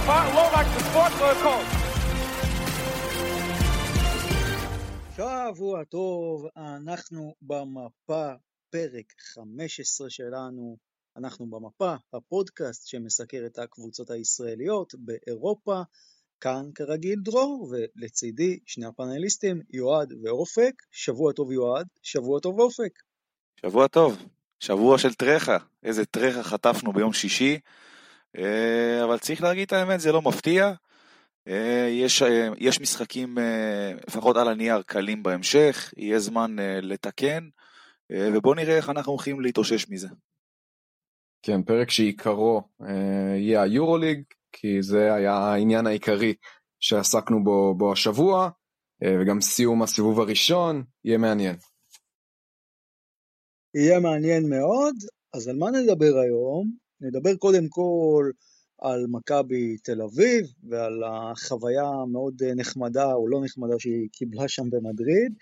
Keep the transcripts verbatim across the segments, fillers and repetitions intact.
Martin Lomax, the sports coach. שבוע טוב, אנחנו במפה, פרק חמש עשרה שלנו, אנחנו במפה, הפודקאסט שמסקר את הקבוצות הישראליות באירופה, כאן כרגיל דרור, ולצידי שני הפאנליסטים, יועד ואופק. שבוע טוב יועד, שבוע טוב אופק. שבוע טוב, שבוע של טרחה, איזה טרחה חטפנו ביום שישי, אבל צריך להגיד את האמת, זה לא מפתיע, יש, יש משחקים לפחות על הנייר קלים בהמשך, יהיה זמן לתקן, ובוא נראה איך אנחנו הולכים להתאושש מזה. כן, פרק שעיקרו יהיה היורוליג, כי זה היה העניין העיקרי שעסקנו בו, בו השבוע, וגם סיום הסיבוב הראשון, יהיה מעניין. יהיה מעניין מאוד. אז על מה נדבר היום? נדבר קודם כל על מכבי תל אביב, ועל החוויה מאוד נחמדה או לא נחמדה שהיא קיבלה שם במדריד.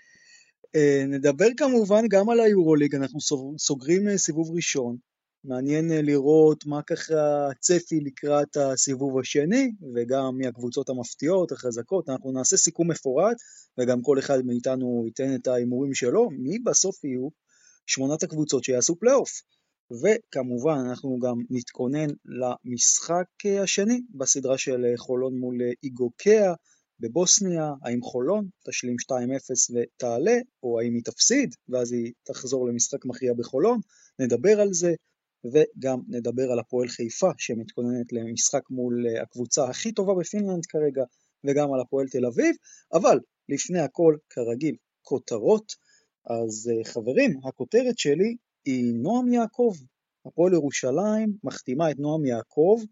נדבר כמובן גם על היורוליג, אנחנו סוגרים סיבוב ראשון, מעניין לראות מה ככה צפי לקראת הסיבוב השני, וגם מהקבוצות המפתיעות, החזקות. אנחנו נעשה סיכום מפורט, וגם כל אחד מאיתנו ייתן את האימורים שלו, מי בסוף יהיו שמונת הקבוצות שיעשו פלייאוף. וכמובן אנחנו גם נתכונן למשחק השני, בסדרה של חולון מול איגוקיה בבוסניה. האם חולון תשלים שתיים אפס ותעלה, או האם היא תפסיד, ואז היא תחזור למשחק מכריע בחולון. נדבר על זה, וגם נדבר על הפועל חיפה שמתכוננת למשחק מול הקבוצה הכי טובה בפינלנד כרגע, וגם על הפועל תל אביב. אבל לפני הכל כרגיל כותרות. אז חברים, הכותרת שלי היא נועם יעקב. הפועל ירושלים מחתימה את נועם יעקב.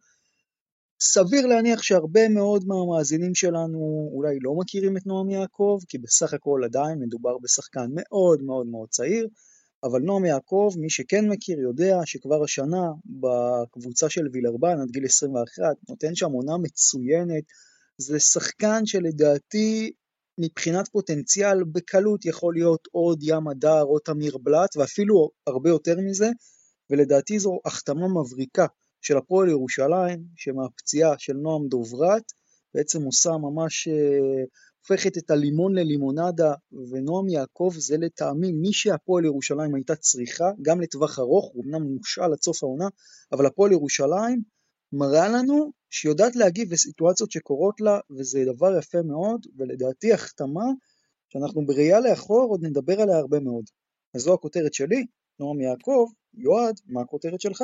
סביר להניח שהרבה מאוד מהמאזינים שלנו אולי לא מכירים את נועם יעקב, כי בסך הכל עדיין מדובר בשחקן מאוד מאוד מאוד צעיר, אבל נועם יעקב, מי שכן מכיר יודע שכבר השנה בקבוצה של וילרבן עד גיל עשרים ואחת נותן שם עונה מצוינת. זה שחקן שלדעתי מבחינת פוטנציאל בקלות יכול להיות עוד ים הדר או תמיר בלט, ואפילו הרבה יותר מזה, ולדעתי זו החתמה מבריקה של הפועל ירושלים, שמהפציעה של נועם דוברת בעצם עושה ממש, הופכת את הלימון ללימונדה, ונועם יעקב זה לטעמי מי שהפועל ירושלים הייתה צריכה, גם לטווח ארוך, הוא אמנם מושאל עד סוף העונה, אבל הפועל ירושלים מראה לנו שיודעת להגיב בסיטואציות שקורות לה, וזה דבר יפה מאוד, ולדעתי החתמה שאנחנו בראייה לאחור עוד נדבר עליה הרבה מאוד. אז זו הכותרת שלי, נועם יעקב. יועד, מה הכותרת שלך?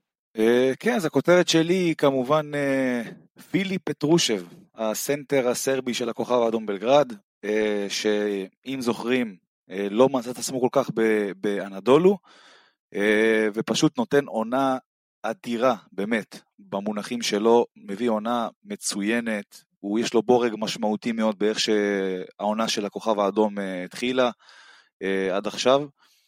כן, אז הכותרת שלי היא כמובן פילי פטרושב, הסנטר הסרבי של הכוכב האדום בלגרד, שאם זוכרים לא מצא את עצמו כל כך באנדולו, ופשוט נותן עונה אדירה, באמת, במונחים שלו, מביא עונה מצוינת, הוא יש לו בורג משמעותי מאוד באיך שהעונה של הכוכב האדום התחילה עד עכשיו,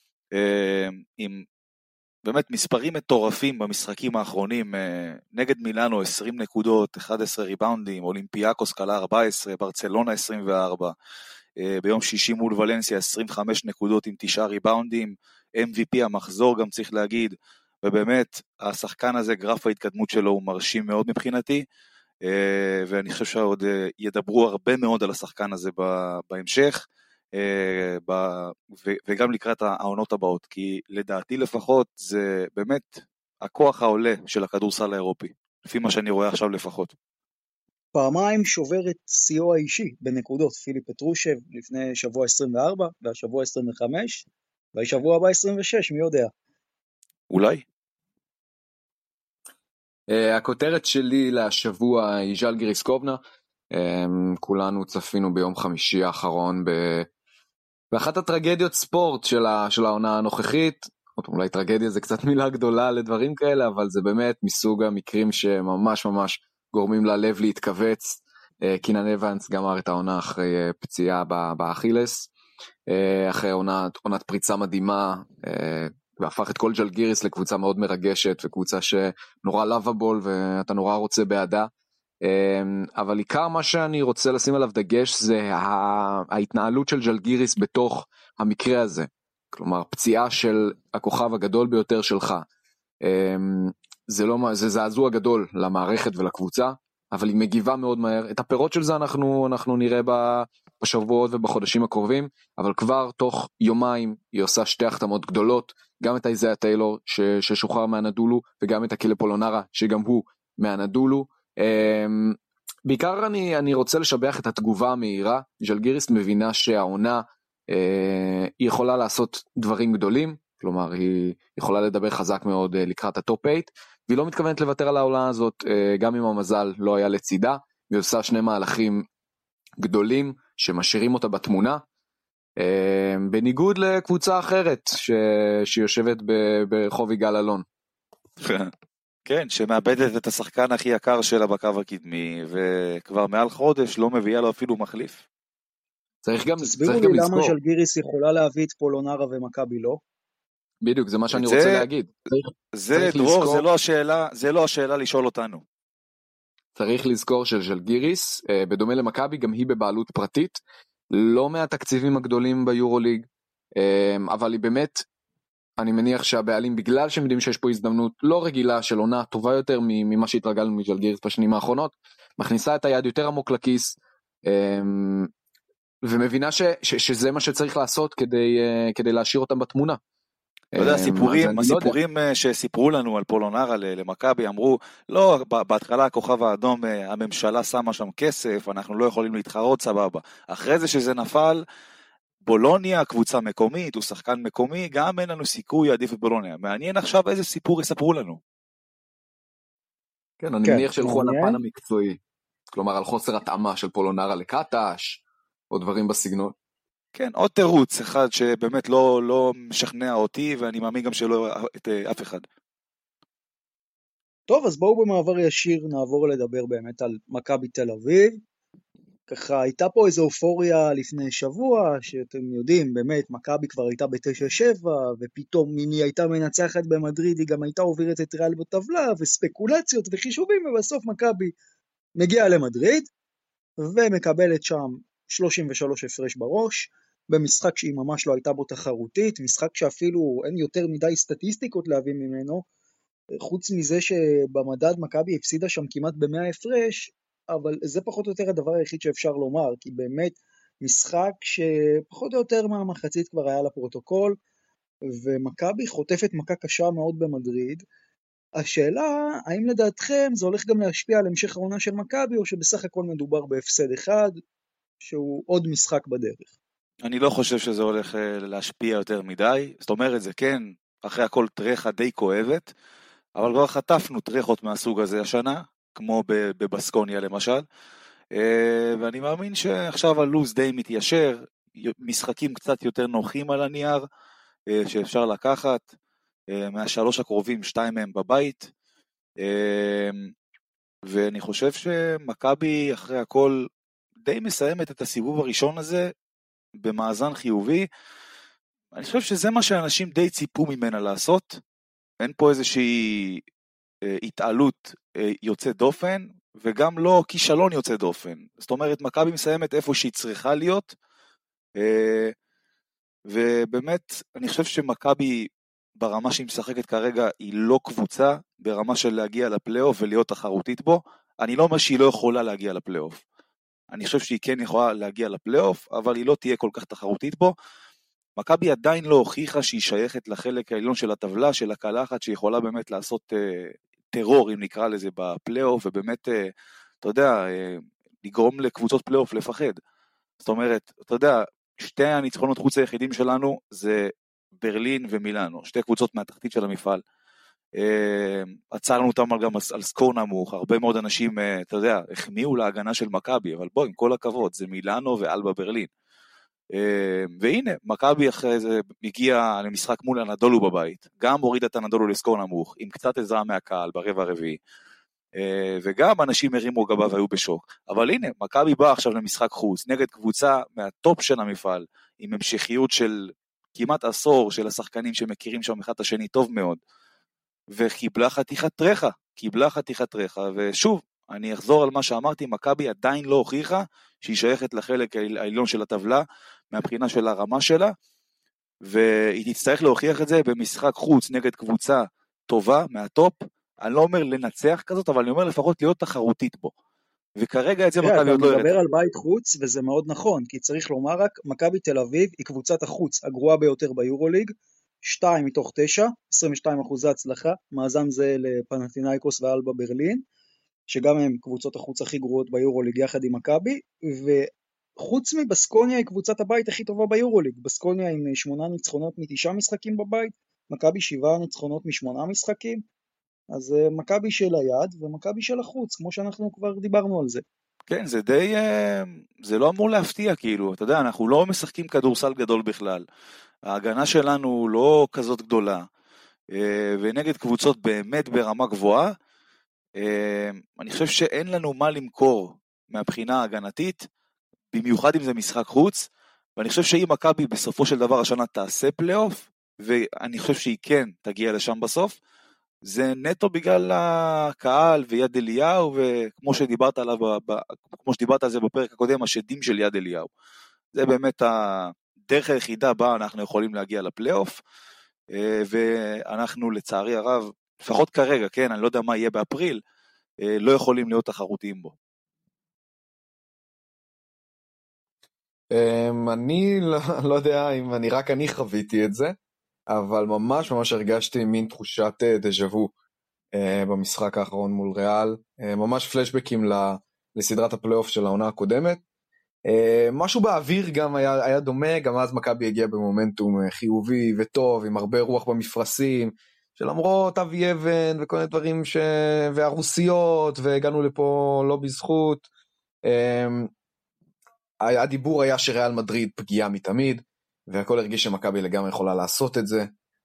עם באמת מספרים מטורפים במשחקים האחרונים, נגד מילאנו עשרים נקודות, אחד עשר ריבאונדים, אולימפיאקוס קלה ארבע עשרה, ברצלונה עשרים וארבע, ביום שישי מול ולנסיה עשרים וחמש נקודות עם תשעה ריבאונדים, אם וי פי המחזור גם צריך להגיד, ובאמת השחקן הזה, גרף ההתקדמות שלו הוא מרשים מאוד מבחינתי, ואני חושב שעוד ידברו הרבה מאוד על השחקן הזה בהמשך, וגם לקראת העונות הבאות, כי לדעתי לפחות זה באמת הכוח העולה של הכדורסל האירופי, לפי מה שאני רואה עכשיו לפחות. פעמיים שובר את שיאו האישי בנקודות, פילי פטרושב לפני שבוע עשרים וארבע, והשבוע עשרים וחמש, והשבוע הבא עשרים ושש, מי יודע? אולי. הכותרת שלי לשבוע היא ז'לגיריס קובנה. כולנו צפינו ביום חמישי האחרון באחת הטרגדיות ספורט של העונה הנוכחית. אולי טרגדיה זה קצת מילה גדולה לדברים כאלה, אבל זה באמת מסוג המקרים שממש ממש גורמים ללב להתכווץ. קינן אבנס גמר את העונה אחרי פציעה באכילס, אחרי עונת, עונת פריצה מדהימה, והפך את כל ז'לגיריס לקבוצה מאוד מרגשת, וקבוצה שנורא לבאבול ואתה נורא רוצה בעדה. אבל עיקר מה שאני רוצה לשים עליו דגש זה ההתנהלות של ז'לגיריס בתוך המקרה הזה, כלומר פציעה של הכוכב הגדול ביותר שלך. זה לא, זה זעזוע גדול למערכת ולקבוצה, אבל היא מגיבה מאוד מהר. את הפירות של זה אנחנו, אנחנו נראה בשבועות ובחודשים הקרובים, אבל כבר תוך יומיים היא עושה שתי החתמות גדולות, גם את איזיה טיילור ש, ששוחרר מהנדולו, וגם את אקילה פולונרה שגם הוא מהנדולו. בעיקר אני, אני רוצה לשבח את התגובה המהירה. ז'לגיריס מבינה שהעונה היא יכולה לעשות דברים גדולים, כלומר היא יכולה לדבר חזק מאוד לקראת הטופ שמונה, והיא לא מתכוונת לוותר על העונה הזאת, גם אם המזל לא היה לצידה. היא עושה שני מהלכים גדולים שמשאירים אותה בתמונה, בניגוד לקבוצה אחרת ש... שיושבת ברחוב יגאל אלון. כן, שמאבדת את השחקן הכי יקר שלה בקו הקדמי, וכבר מעל חודש לא מביאה לו אפילו מחליף. צריך גם, תסבירו צריך לי גם למה לזכור. ז'לגיריס יכולה להביא את פולונרה ומכבי לא? בדיוק, זה מה שאני זה, רוצה להגיד. צריך, זה, צריך דרור, לזכור, זה לא השאלה, זה לא השאלה לשאול אותנו. צריך לזכור של ז'לגיריס, בדומה למכבי, גם היא בבעלות פרטית, לא מהתקציבים הגדולים ביורוליג, אבל היא באמת, אני מניח שהבעלים, בגלל שהם יודעים שיש פה הזדמנות לא רגילה של עונה טובה יותר ממה שהתרגלנו מז'לגיריס בשנים האחרונות, מכניסה את היד יותר עמוק לכיס, ומבינה ש, ש, שזה מה שצריך לעשות כדי, כדי להשאיר אותם בתמונה. אתה יודע, הסיפורים, הסיפורים שסיפרו לנו על פולונרה למכבי, אמרו, לא, בהתחלה הכוכב האדום, הממשלה שמה שם כסף, אנחנו לא יכולים להתחרות, סבבה. אחרי זה שזה נפל, בולוניה, קבוצה מקומית, הוא שחקן מקומי, גם אין לנו סיכוי עדיף בבולוניה. מעניין עכשיו איזה סיפור יספרו לנו. כן, אני כן, מניח שלכו על הפן המקצועי, כלומר על חוסר התאמה של פולונרה לקטש, או דברים בסגנון. כן, עוד תירוץ אחד שבאמת לא, לא משכנע אותי, ואני מאמין גם שלא את אף אחד. טוב, אז בואו במעבר ישיר נעבור לדבר באמת על מכבי תל אביב. ככה הייתה פה איזו אופוריה לפני שבוע, שאתם יודעים, באמת, מכבי כבר הייתה ב-תשע שבע, ופתאום אם היא הייתה מנצחת במדריד, היא גם הייתה עוברת את ריאל בטבלה, וספקולציות וחישובים, ובסוף מכבי מגיעה למדריד, ומקבלת שם שלושים ושלוש הפרש בראש, במשחק שהיא ממש לא הייתה בו תחרותית, משחק שאפילו אין יותר מדי סטטיסטיקות להביא ממנו, חוץ מזה שבמדד מכבי הפסידה שם כמעט ב-מאה הפרש, אבל זה פחות או יותר הדבר היחיד שאפשר לומר, כי באמת משחק שפחות או יותר מהמחצית כבר היה לפרוטוקול, ומכבי חוטפת מכה קשה מאוד במדריד. השאלה, האם לדעתכם זה הולך גם להשפיע על המשך העונה של מכבי, או שבסך הכל מדובר בהפסד אחד, שהוא עוד משחק בדרך? אני לא חושב שזה הולך להשפיע יותר מדי, זאת אומרת זה כן, אחרי הכל טרחה די כואבת, אבל כבר חטפנו טרחות מהסוג הזה השנה, כמו בבסקוניה למשל, ואני מאמין שעכשיו הלוז די מתיישר, משחקים קצת יותר נוחים על הנייר, שאפשר לקחת, מהשלוש הקרובים, שתיים מהם בבית, ואני חושב שמכבי אחרי הכל די מסיימת את הסיבוב הראשון הזה, במאזן חיובי. אני חושב שזה מה שאנשים די ציפו ממנה לעשות, אין פה איזושהי התעלות יוצא דופן, וגם לא כישלון יוצא דופן. זאת אומרת, מכבי מסיימת איפה שהיא צריכה להיות, ובאמת, אני חושב שמכבי ברמה שהיא משחקת כרגע, היא לא קבוצה ברמה של להגיע לפלייאוף ולהיות תחרותית בו. אני לא אומר שהיא לא יכולה להגיע לפלייאוף. אני חושב שהיא כן יכולה להגיע לפלייאוף, אבל היא לא תהיה כל כך תחרותית בו. מכבי עדיין לא הוכיחה שהיא שייכת לחלק העליון של הטבלה, של הקלחת, שיכולה באמת לעשות uh, טרור, אם נקרא לזה, בפלייאוף, ובאמת, uh, אתה יודע, uh, לגרום לקבוצות פלייאוף לפחד. זאת אומרת, אתה יודע, שתי הניצחונות חוץ היחידים שלנו, זה ברלין ומילאנו, שתי קבוצות מהתחתית של המפעל. Uh, עצרנו אותם גם על סקור נמוך, הרבה מאוד אנשים, uh, אתה יודע, החמיאו להגנה של מכבי, אבל בוא, עם כל הכבוד, זה מילאנו ואלבה ברלין. והנה, מכבי אחרי זה הגיע למשחק מול הנדולו בבית, גם הוריד את הנדולו לסקור נמוך, עם קצת עזרה מהקהל ברבע הרביעי, וגם אנשים הרימו גבה והיו בשוק. אבל הנה, מכבי בא עכשיו למשחק חוץ, נגד קבוצה מהטופ של המפעל, עם המשכיות של כמעט עשור של השחקנים שמכירים שם אחד את השני טוב מאוד, וקיבלה חתיכת טרחה, קיבלה חתיכת טרחה, ושוב, אני אחזור על מה שאמרתי, מכבי עדיין לא הוכיחה שהיא שייכת לחלק העליון של הטבלה, מהבחינה של הרמה שלה, והיא תצטרך להוכיח את זה במשחק חוץ נגד קבוצה טובה מהטופ. אני לא אומר לנצח כזאת, אבל אני אומר לפחות להיות תחרותית בו. וכרגע את זה תראה, מכבי עוד אתה לא מדבר הראתה. על בית חוץ, וזה מאוד נכון, כי צריך לומר רק, מכבי תל אביב היא קבוצת החוץ הגרועה ביותר ביורוליג, שתיים מתוך תשע, עשרים ושתיים אחוז הצלחה, מאזן זה לפנתינייקוס ואלבה ברלין, שגם הם קבוצות החוץ הכי גרועות ביורוליג יחד עם מכבי, וחוץ מבסקוניה היא קבוצת הבית הכי טובה ביורוליג, בסקוניה עם שמונה ניצחונות מתשעה משחקים בבית, מכבי שבעה ניצחונות משמונה משחקים, אז מכבי של היד ומכבי של החוץ, כמו שאנחנו כבר דיברנו על זה. כן, זה די, זה לא אמור להפתיע, כאילו, אתה יודע, אנחנו לא משחקים כדורסל גדול בכלל, ההגנה שלנו לא כזאת גדולה, ונגד קבוצות באמת ברמה גבוהה, אני חושב שאין לנו מה למכור מהבחינה ההגנתית, במיוחד אם זה משחק חוץ, ואני חושב שאם מכבי בסופו של דבר השנה תעשה פלייאוף, ואני חושב שהיא כן תגיע לשם בסוף, זה נטו בגלל הקהל ויד אליהו, וכמו שדיברת עליו, כמו שדיברת על זה בפרק הקודם, השדים של יד אליהו. זה באמת הדרך היחידה בה אנחנו יכולים להגיע לפלייאוף, ואנחנו לצערי הרב, לפחות כרגע, כן, אני לא יודע מה יהיה באפריל, לא יכולים להיות תחרותיים בו. אני לא יודע אם אני רק אני חוויתי את זה, אבל ממש ממש הרגשתי מין תחושת דז'אבו במשחק האחרון מול ריאל, ממש פלשבקים לסדרת הפלייאוף של העונה הקודמת, משהו באוויר גם היה, היה דומה, גם אז מכבי הגיע במומנטום חיובי וטוב, עם הרבה רוח במפרשים, שלמרות אבי אבן וכל מיני דברים ש... והרוסיות, והגענו לפה לא בזכות, הדיבור היה שריאל מדריד פגיעה מתמיד, והכל הרגיש שמכבי לגמרי יכולה לעשות את זה,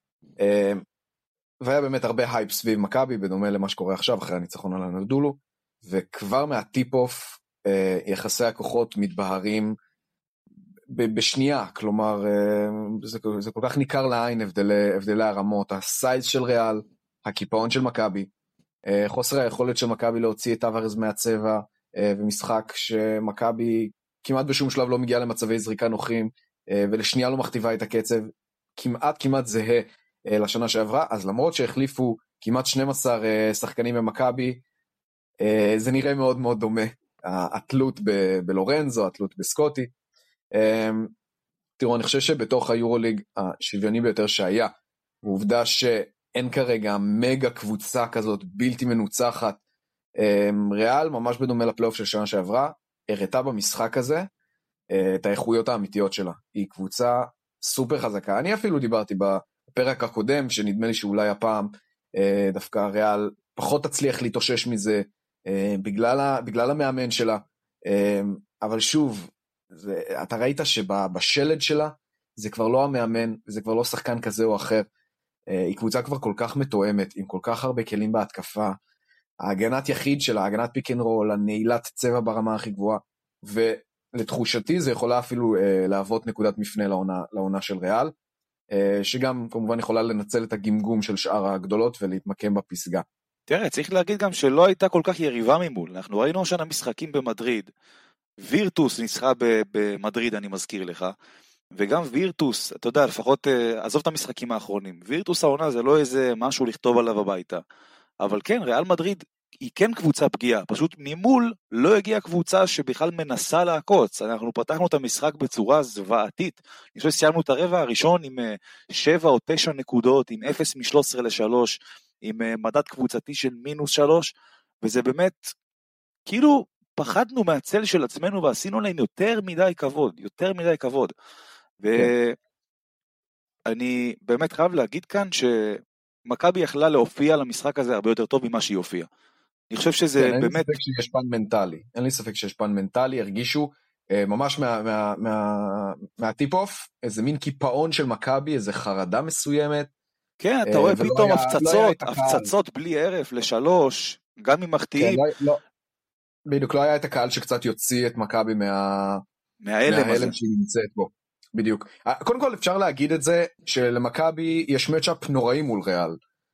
והיה באמת הרבה הייפ סביב מכבי, בדומה למה שקורה עכשיו אחרי הניצחון על הנרדולו, וכבר מהטיפ-אוף יחסי הכוחות מתבהרים בשנייה, כלומר זה, זה כל כך ניכר לעין הבדלי, הבדלי הרמות, הסייז של ריאל, הקיפאון של מכבי, חוסר היכולת של מכבי להוציא את אברז מהצבע, ומשחק שמכבי כמעט בשום שלב לא מגיעה למצבי זריקה נוחים, ולשנייה לא מכתיבה את הקצב, כמעט כמעט זהה לשנה שעברה, אז למרות שהחליפו כמעט שנים עשר שחקנים במכבי, זה נראה מאוד מאוד דומה, התלות ב- בלורנזו, התלות בסקוטי. תראו, אני חושב שבתוך היורוליג השוויוני ביותר שהיה, העובדה שאין כרגע מגה קבוצה כזאת בלתי מנוצחת, ריאל ממש בדומה לפלייאוף של שנה שעברה, הראתה במשחק הזה את האיכויות האמיתיות שלה. היא קבוצה סופר חזקה. אני אפילו דיברתי בפרק הקודם, שנדמה לי שאולי הפעם דווקא ריאל פחות תצליח להתאושש מזה, בגלל, בגלל המאמן שלה, אבל שוב, זה, אתה ראית שבשלד שלה, זה כבר לא המאמן, זה כבר לא שחקן כזה או אחר, היא קבוצה כבר כל כך מתואמת, עם כל כך הרבה כלים בהתקפה, ההגנת יחיד שלה, הגנת פיק אנד רול, הנעילת צבע ברמה הכי גבוהה, ולתחושתי זה יכולה אפילו להוות נקודת מפנה לעונה, לעונה של ריאל, שגם כמובן יכולה לנצל את הגמגום של שאר הגדולות, ולהתמקם בפסגה. תראה, צריך להגיד גם שלא הייתה כל כך יריבה ממול, אנחנו ראינו השנה משחקים במדריד, וירטוס ניצחה במדריד, אני מזכיר לך, וגם וירטוס, אתה יודע, לפחות עזוב את המשחקים האחרונים, וירטוס העונה זה לא איזה משהו לכתוב עליו הביתה, אבל כן, ריאל מדריד היא כן קבוצה פגיעה, פשוט ממול לא הגיעה קבוצה שבכלל מנסה לעקוץ, אנחנו פתחנו את המשחק בצורה זוועתית, אני חושב שסיימנו את הרבע הראשון עם שבע או תשע נקודות, עם אפס משלוש עשרה לשלוש, עם מדד קבוצתי של מינוס שלוש, וזה באמת, כאילו פחדנו מהצל של עצמנו, ועשינו להם יותר מדי כבוד, יותר מדי כבוד, ואני באמת חייב להגיד כאן, שמכבי יכלה להופיע למשחק הזה הרבה יותר טוב ממה שהיא הופיעה, אני חושב שזה כן, באמת... אין לי ספק שיש פן מנטלי, אין לי ספק שיש פן מנטלי, הרגישו ממש מה, מה, מה, מהטיפ-אוף, איזה מין קיפאון של מכבי, איזה חרדה מסוימת, כן, אתה רואה פתאום היה, הפצצות, לא הפצצות בלי ערף לשלוש, גם אם מחטיאים. כן, לא, לא, בדיוק, לא היה את הקהל שקצת יוציא את מכבי מה... מההלם הזה. שהיא נמצאת בו. בדיוק. קודם כל אפשר להגיד את זה, שלמכבי יש מצ'אפ נוראי מול ריאל.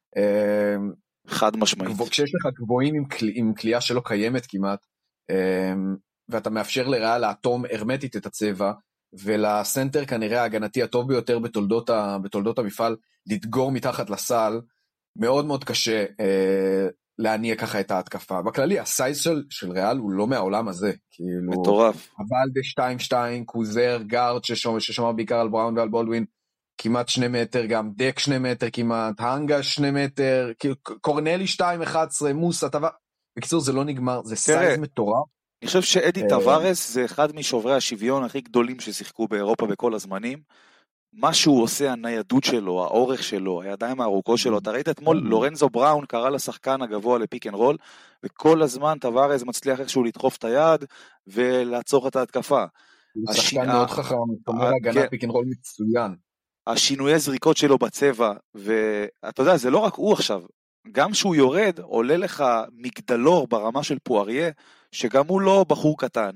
חד משמעית. כשיש לך גבוהים עם, קל... עם קליעה שלא קיימת כמעט, ואתה מאפשר לריאל לאטום הרמטית את הצבע, ולסנטר כנראה ההגנתי הטוב ביותר בתולדות, ה... בתולדות המפעל, לדגור מתחת לסל, מאוד מאוד קשה אה, להניע ככה את ההתקפה. בכללי, הסייז של, של ריאל הוא לא מהעולם הזה. כאילו, מטורף. אבל ב-שתיים שתיים, קוזר, גארד, ששומע, ששומע בעיקר על בראון ועל בולדווין, כמעט שני מטר, גם דק שני מטר כמעט, הנגה שני מטר, קורנלי שתיים אחת עשרה, מוסה, טבע... בקיצור, זה לא נגמר, זה סייז מטורף. אני חושב שאדי טווארס זה אחד משוברי השוויון הכי גדולים ששיחקו באירופה בכל הזמנים. מה שהוא עושה, הניידות שלו, האורך שלו, הידיים הארוכות שלו, אתה ראית אתמול, לורנזו בראון קרא לשחקן הגבוה לפיק אנד רול, וכל הזמן טווארס מצליח איכשהו לדחוף את היד ולעצור את ההתקפה. הוא שחקן מאוד חכם, אומר הגנה פיק אנד רול מצוין. השינויי זריקות שלו בצבע, ואתה יודע, זה לא רק הוא עכשיו, גם שהוא יורד, עולה לך מגדלור ברמה של פואריה, שגם הוא לא בחור קטן,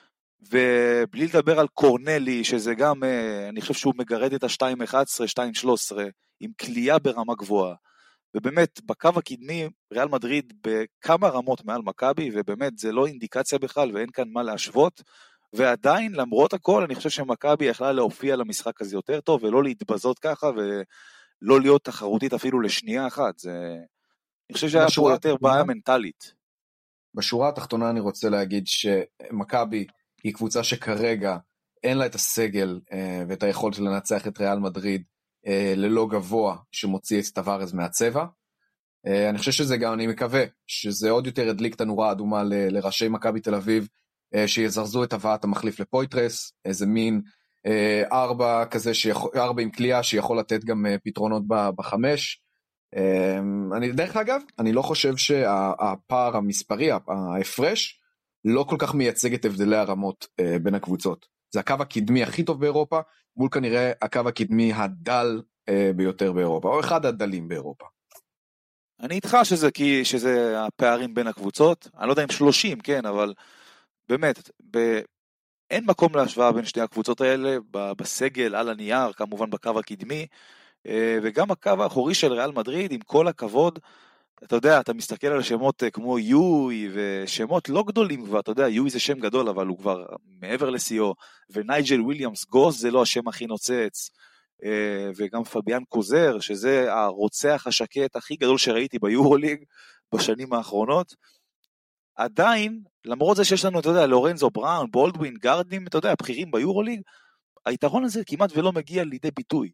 ובלי לדבר על קורנלי, שזה גם, אני חושב שהוא מגרד את ה-שתיים אחת עשרה, שתיים שלוש עשרה, עם כלייה ברמה גבוהה, ובאמת, בקו הקדמי, ריאל מדריד בכמה רמות מעל מכבי, ובאמת זה לא אינדיקציה בכלל, ואין כאן מה להשוות, ועדיין, למרות הכל, אני חושב שמכבי יכלה להופיע למשחק הזה יותר טוב, ולא להתבזות ככה, ולא להיות תחרותית אפילו לשנייה אחת, זה... אני חושב שהיה פה יותר בעיה מנטלית. בשורה התחתונה אני רוצה להגיד שמכבי היא קבוצה שכרגע אין לה את הסגל ואת היכולת לנצח את ריאל מדריד ללא גבוה שמוציא את טווארס מהצבע. אני חושב שזה גם, אני מקווה שזה עוד יותר הדליק את הנורה האדומה לראשי מכבי תל אביב, שיזרזו את הבאת המחליף לפויטרס, איזה מין ארבע כזה, שיכול, ארבע עם קליעה שיכול לתת גם פתרונות בחמש. אני, דרך אגב, אני לא חושב שהפער המספרי, ההפרש, לא כל כך מייצג את הבדלי הרמות בין הקבוצות. זה הקו הקדמי הכי טוב באירופה, מול כנראה הקו הקדמי הדל ביותר באירופה, או אחד הדלים באירופה. אני איתך שזה, כי, שזה הפערים בין הקבוצות, אני לא יודע אם שלושים, כן, אבל באמת, ב... אין מקום להשוואה בין שתי הקבוצות האלה, בסגל, על הנייר, כמובן בקו הקדמי, וגם הקו האחורי של ריאל מדריד, עם כל הכבוד, אתה יודע, אתה מסתכל על שמות כמו יוי, ושמות לא גדולים כבר, אתה יודע, יוי זה שם גדול, אבל הוא כבר מעבר לסיו, ונייג'ל וויליאמס גוס זה לא השם הכי נוצץ, וגם פביאן קוזר, שזה הרוצח השקט הכי גדול שראיתי ביורוליג בשנים האחרונות, עדיין, למרות זה שיש לנו, אתה יודע, לורנזו בראון, בולדווין, גארדים, אתה יודע, הבכירים ביורוליג, היתרון הזה כמעט ולא מגיע לידי ביטוי.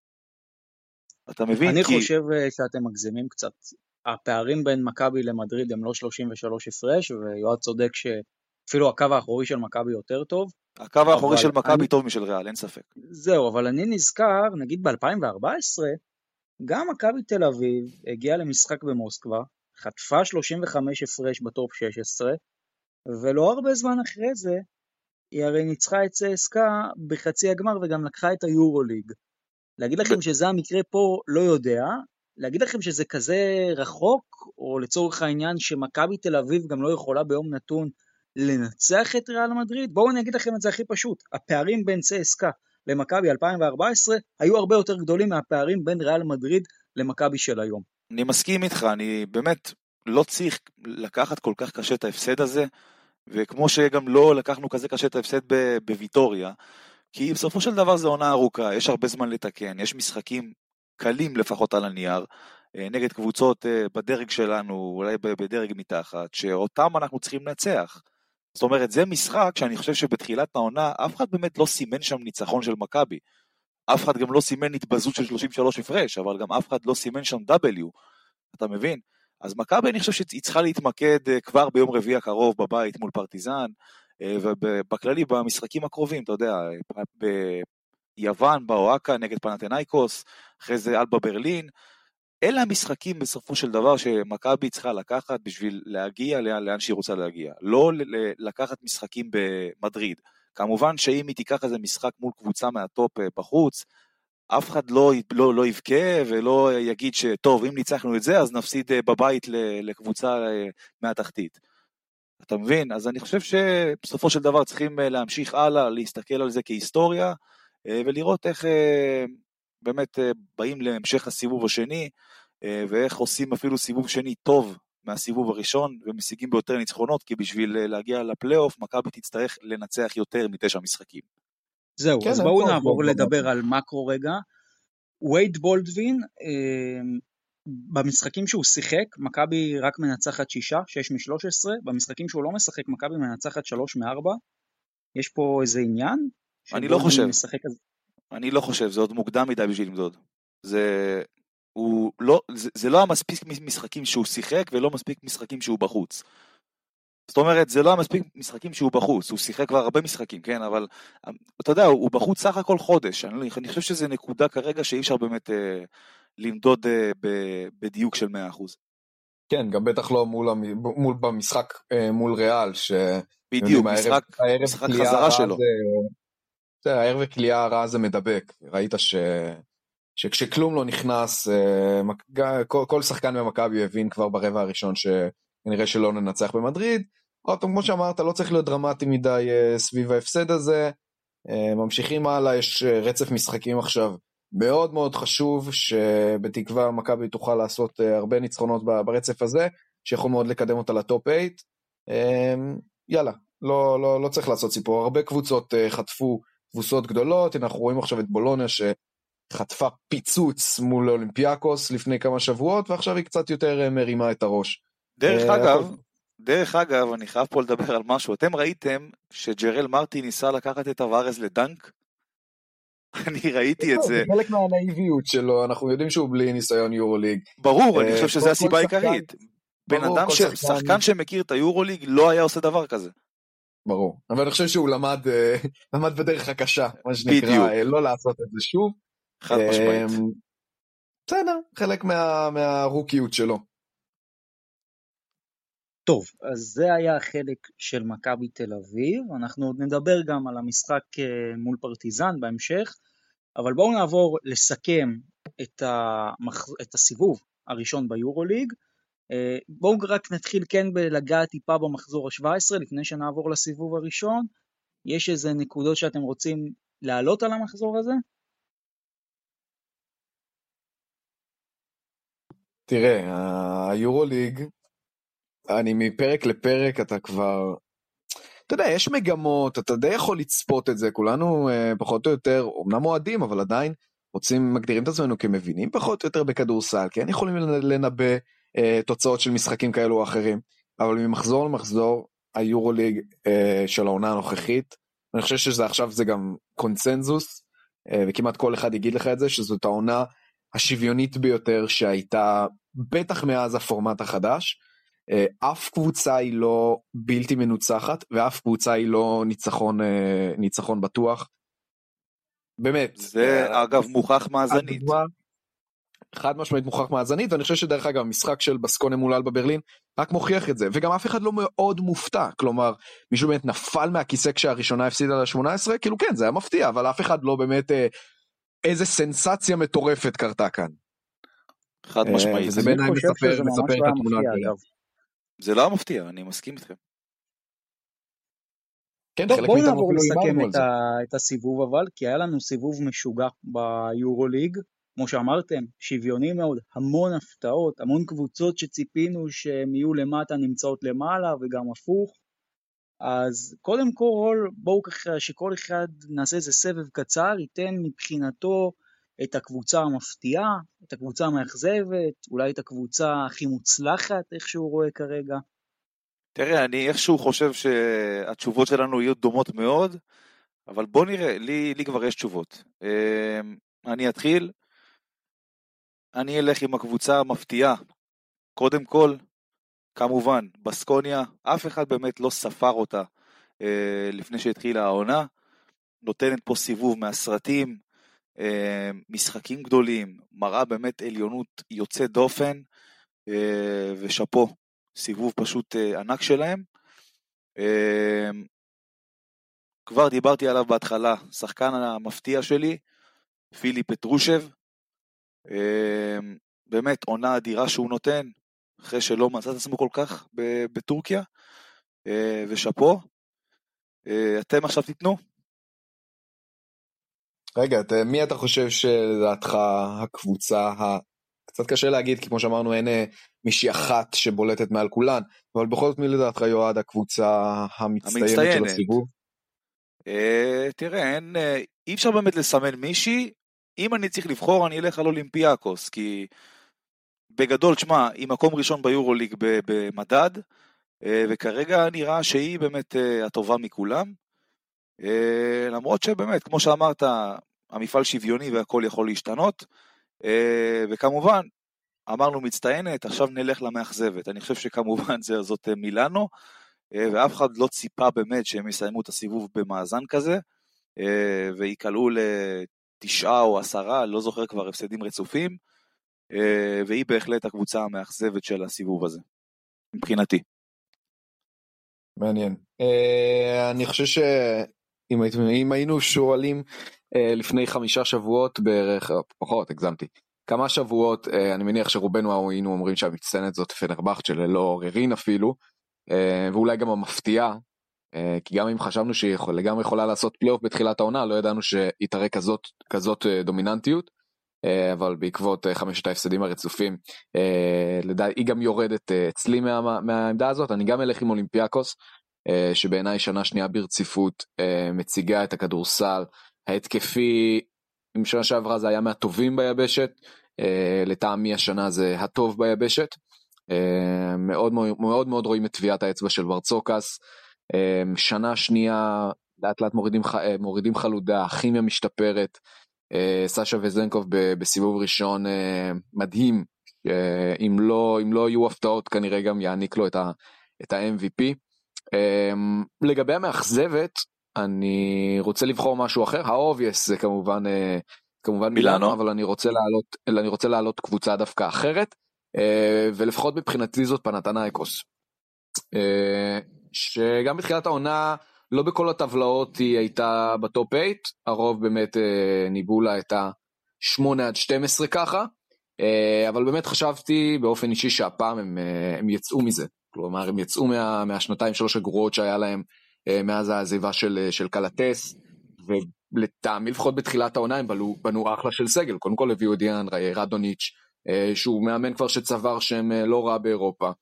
אתה מבין? אני כי... חושב שאתם מגזימים קצת. הפערים בין מכבי למדריד הם לא שלושים ושלוש הפרש, ויועד צודק שאפילו הקו האחורי של מכבי יותר טוב. הקו האחורי של מכבי אני... טוב משל ריאל, אין ספק. זהו, אבל אני נזכר, נגיד ב-אלפיים וארבע עשרה, גם מכבי תל אביב הגיעה למשחק במוסקבה, חטפה שלושים וחמש הפרש בטופ שש עשרה, ולא הרבה זמן אחרי זה, היא הרי ניצחה את ססקה בחצי הגמר, וגם לקחה את היורוליג. להגיד לכם שזה המקרה פה לא יודע, להגיד לכם שזה כזה רחוק, או לצורך העניין שמכבי תל אביב גם לא יכולה ביום נתון לנצח את ריאל מדריד, בואו אני אגיד לכם את זה הכי פשוט, הפערים בין ססקה למכבי אלפיים וארבע עשרה, היו הרבה יותר גדולים מהפערים בין ריאל מדריד למכבי של היום. אני מסכים איתך, אני באמת לא צריך לקחת כל כך קשה את ההפסד הזה, וכמו שגם לא לקחנו כזה קשה את ההפסד בוויטוריה, כי בסופו של דבר זה עונה ארוכה, יש הרבה זמן לתקן, יש משחקים קלים לפחות על הנייר, נגד קבוצות בדרג שלנו, אולי בדרג מתחת, שאותם אנחנו צריכים לנצח. זאת אומרת, זה משחק שאני חושב שבתחילת העונה, אף אחד באמת לא סימן שם ניצחון של מכבי. אף אחד גם לא סימן התבזות של שלושים ושלוש הפרש, אבל גם אף אחד לא סימן שם W. אתה מבין? אז מכבי אני חושב שהיא צריכה להתמקד כבר ביום רביעי הקרוב בבית מול פרטיזן, ובכללי במשחקים הקרובים, אתה יודע, ביוון, באוהקה נגד פנתנייקוס, אחרי זה אלבה ברלין, אלה המשחקים בסופו של דבר שמכבי צריכה לקחת בשביל להגיע לאן, לאן שהיא רוצה להגיע, לא לקחת משחקים במדריד. כמובן שאם היא תיקח איזה משחק מול קבוצה מהטופ בחוץ, אף אחד לא, לא, לא יבכה ולא יגיד שטוב, אם ניצחנו את זה, אז נפסיד בבית לקבוצה מהתחתית. אתה מבין? אז אני חושב שבסופו של דבר צריכים להמשיך הלאה, להסתכל על זה כהיסטוריה, ולראות איך באמת באים להמשך הסיבוב השני, ואיך עושים אפילו סיבוב שני טוב מהסיבוב הראשון, ומשיגים ביותר ניצחונות, כי בשביל להגיע לפלייאוף, מכבי תצטרך לנצח יותר מתשע משחקים. זהו, אז בואו נעבור לדבר על מקרו רגע. וייד בולדווין במשחקים שהוא שיחק, מכבי רק מנצחת שישה, שש משלוש עשרה, במשחקים שהוא לא משחק, מכבי מנצחת שלוש מארבע. יש פה איזה עניין? אני לא חושב. משחק אז... אני לא חושב, זה עוד מוקדם מדי בשביל למדוד. זה, הוא לא, זה, זה לא המספיק משחקים שהוא שיחק, ולא מספיק משחקים שהוא בחוץ. זאת אומרת, זה לא המספיק משחקים שהוא בחוץ, הוא שיחק כבר הרבה משחקים, כן, אבל אתה יודע, הוא בחוץ סך הכל חודש. אני, אני חושב שזה נקודה כרגע שאי אפשר באמת אה, למדוד אה, ב, בדיוק של מאה אחוז. כן, גם בטח לא מול, מול במשחק אה, מול ריאל, ש... בדיוק, משחק, הערב, משחק חזרה שלו. זה, הערב הקליעה הרע זה מדבק, ראית ש... שכשכלום לא נכנס, כל, כל שחקן במכבי הבין כבר ברבע הראשון שנראה שלא ננצח במדריד. עוד פעם, כמו שאמרת, לא צריך להיות דרמטי מדי סביב ההפסד הזה, ממשיכים הלאה, יש רצף משחקים עכשיו מאוד מאוד חשוב, שבתקווה מכבי תוכל לעשות הרבה ניצחונות ברצף הזה, שיכול מאוד לקדם אותה לטופ שמונה. יאללה, לא, לא, לא צריך לעשות סיפור, הרבה קבוצות חטפו קבוצות גדולות, אנחנו רואים עכשיו את בולוניה שחטפה פיצוץ מול אולימפיאקוס לפני כמה שבועות, ועכשיו היא קצת יותר מרימה את הראש. דרך אגב, דרך אגב, אני חייב פה לדבר על משהו, אתם ראיתם שג'רל מרטי ניסה לקחת את הווארז לדנק? אני ראיתי את זה. זה חלק מהנאיביות שלו, אנחנו יודעים שהוא בלי ניסיון יורוליג. ברור, אני חושב שזה הסיבה העיקרית. בן אדם, שחקן שמכיר את היורוליג, לא היה עושה דבר כזה. ברור, אבל אני חושב שהוא למד, למד בדרך הקשה, מה שנקרא, לא לעשות את זה שוב. חד משמעית. בסדר, חלק מה, מהרוקיות שלו. טוב, אז זה היה החלק של מכבי תל אביב, אנחנו עוד נדבר גם על המשחק מול פרטיזן בהמשך, אבל בואו נעבור לסכם את, המח... את הסיבוב הראשון ביורוליג. בואו רק נתחיל כן בלגעת טיפה במחזור ה-שבע עשרה, לפני שנעבור לסיבוב הראשון. יש איזה נקודות שאתם רוצים להעלות על המחזור הזה? תראה, היורוליג, אני מפרק לפרק אתה כבר, אתה יודע, יש מגמות, אתה די יכול לצפות את זה, כולנו פחות או יותר, אמנם מועדים, אבל עדיין רוצים, מגדירים את עצמנו כמבינים פחות או יותר בכדורסל, כן יכולים לנבא תוצאות של משחקים כאלו או אחרים, אבל ממחזור למחזור, היורוליג של העונה הנוכחית, אני חושב שזה עכשיו זה גם קונצנזוס, וכמעט כל אחד יגיד לך את זה, שזאת העונה השוויונית ביותר שהייתה, בטח מאז הפורמט החדש, אף קבוצה היא לא בלתי מנוצחת, ואף קבוצה היא לא ניצחון, ניצחון בטוח. באמת. זה אגב מוכח מאזנית. חד משמעית מוכח מאזנית, ואני חושב שדרך אגב, המשחק של בסקוניה מול אלבה ברלין, רק מוכיח את זה, וגם אף אחד לא מאוד מופתע, כלומר, מישהו באמת נפל מהכיסא כשהראשונה הפסידה ל-שמונה עשרה, כאילו כן, זה היה מפתיע, אבל אף אחד לא באמת, איזה סנסציה מטורפת קרתה כאן. חד משמעית. וזה בעיניי מספר, מספר את התמונה. זה לא מפתיע, אני מסכים איתכם. כן, טוב, בואו נעבור לסכם את, ה, את הסיבוב אבל, כי היה לנו סיבוב משוגע ביורוליג, כמו שאמרתם, שוויוני מאוד, המון הפתעות, המון קבוצות שציפינו שהם יהיו למטה נמצאות למעלה וגם הפוך. אז קודם כל בואו ככה שכל אחד נעשה איזה סבב קצר, ייתן מבחינתו את הקבוצה המפתיעה, את הקבוצה המאכזבת, אולי את הקבוצה הכי מוצלחת, איך שהוא רואה כרגע. תראה, אני איכשהו חושב שהתשובות שלנו יהיו דומות מאוד, אבל בוא נראה, לי, לי כבר יש תשובות. אני אתחיל, אני אלך עם הקבוצה המפתיעה. קודם כל, כמובן, בסקוניה, אף אחד באמת לא ספר אותה לפני שהתחילה העונה, נותנת פה סיבוב מהסרטים, משחקים גדולים, מראה באמת עליונות יוצא דופן, ושפו, סיבוב פשוט ענק שלהם. כבר דיברתי עליו בהתחלה, שחקן המפתיע שלי, פילי פטרושב, באמת עונה אדירה שהוא נותן, אחרי שלא מצא את עצמו כל כך בטורקיה, ושפו. אתם עכשיו תיתנו? רגע, מי אתה חושב שלדעתך הקבוצה, ה... קצת קשה להגיד, כי כמו שאמרנו אין מישהי אחת שבולטת מעל כולן, אבל בכל זאת מי לדעתך יועד הקבוצה המצטיינת, המצטיינת. של הסיבוב? אה, תראה, אין, אי אפשר באמת לסמן מישהי, אם אני צריך לבחור אני אלך על אולימפיאקוס, כי בגדול, תשמע, היא מקום ראשון ביורוליג במדד, וכרגע נראה שהיא באמת הטובה מכולם, למרות שבאמת, כמו שאמרת, המפעל שוויוני והכל יכול להשתנות, וכמובן, אמרנו מצטיינת, עכשיו נלך למאכזבת. אני חושב שכמובן זאת מילאנו, ואף אחד לא ציפה באמת שהם יסיימו את הסיבוב במאזן כזה, ויקלעו לתשעה או עשרה, לא זוכר כבר הפסדים רצופים, והיא בהחלט הקבוצה המאכזבת של הסיבוב הזה, מבחינתי. מעניין. אני חושב שאם היינו שואלים לפני חמישה שבועות בערך, פחות, הגזמתי, כמה שבועות, אני מניח שרובנו היינו אומרים שהמצטיינת זאת פנרבכט שללא עוררין אפילו, ואולי גם המפתיעה, כי גם אם חשבנו שהיא לגמרי יכולה לעשות פלייאוף בתחילת העונה, לא ידענו שהיא תראה כזאת, כזאת דומיננטיות, אבל בעקבות חמשת ההפסדים הרצופים, לדעתי היא גם יורדת אצלי מה, מהעמדה הזאת. אני גם אלך עם אולימפיאקוס, שבעיניי שנה שנייה ברציפות מציגה את הכדורסל ההתקפי, עם שנה שעברה זה היה מהטובים ביבשת, לטעמי השנה זה הטוב ביבשת, מאוד מאוד מאוד רואים את טביעת האצבע של ברצוקס, שנה שנייה לאט לאט מורידים, מורידים חלודה, הכימיה משתפרת, סשה וזנקוב בסיבוב ראשון מדהים, אם לא, אם לא יהיו הפתעות כנראה גם יעניק לו את ה-אם וי פי. לגבי המאכזבת, אני רוצה לבחור משהו אחר, האובייס זה כמובן, כמובן מילאנו, אבל אני רוצה לעלות, אני רוצה לעלות קבוצה דווקא אחרת, ולפחות מבחינתי זאת פנתנייקוס, שגם בתחילת העונה, לא בכל הטבלאות היא הייתה בטופ שמונה, הרוב באמת ניבאו לה את ה-שמונה עד שתים עשרה ככה, אבל באמת חשבתי באופן אישי שהפעם הם, הם יצאו מזה, כלומר הם יצאו מה, מהשנתיים שלוש הגרועות שהיה להם מאז העזיבה של, של קלטס, ולטעמי לפחות בתחילת העונה הם בנו, בנו אחלה של סגל, קודם כל הביאו דיאן רדוניץ', שהוא מאמן כבר שצבר שהם לא רע באירופה,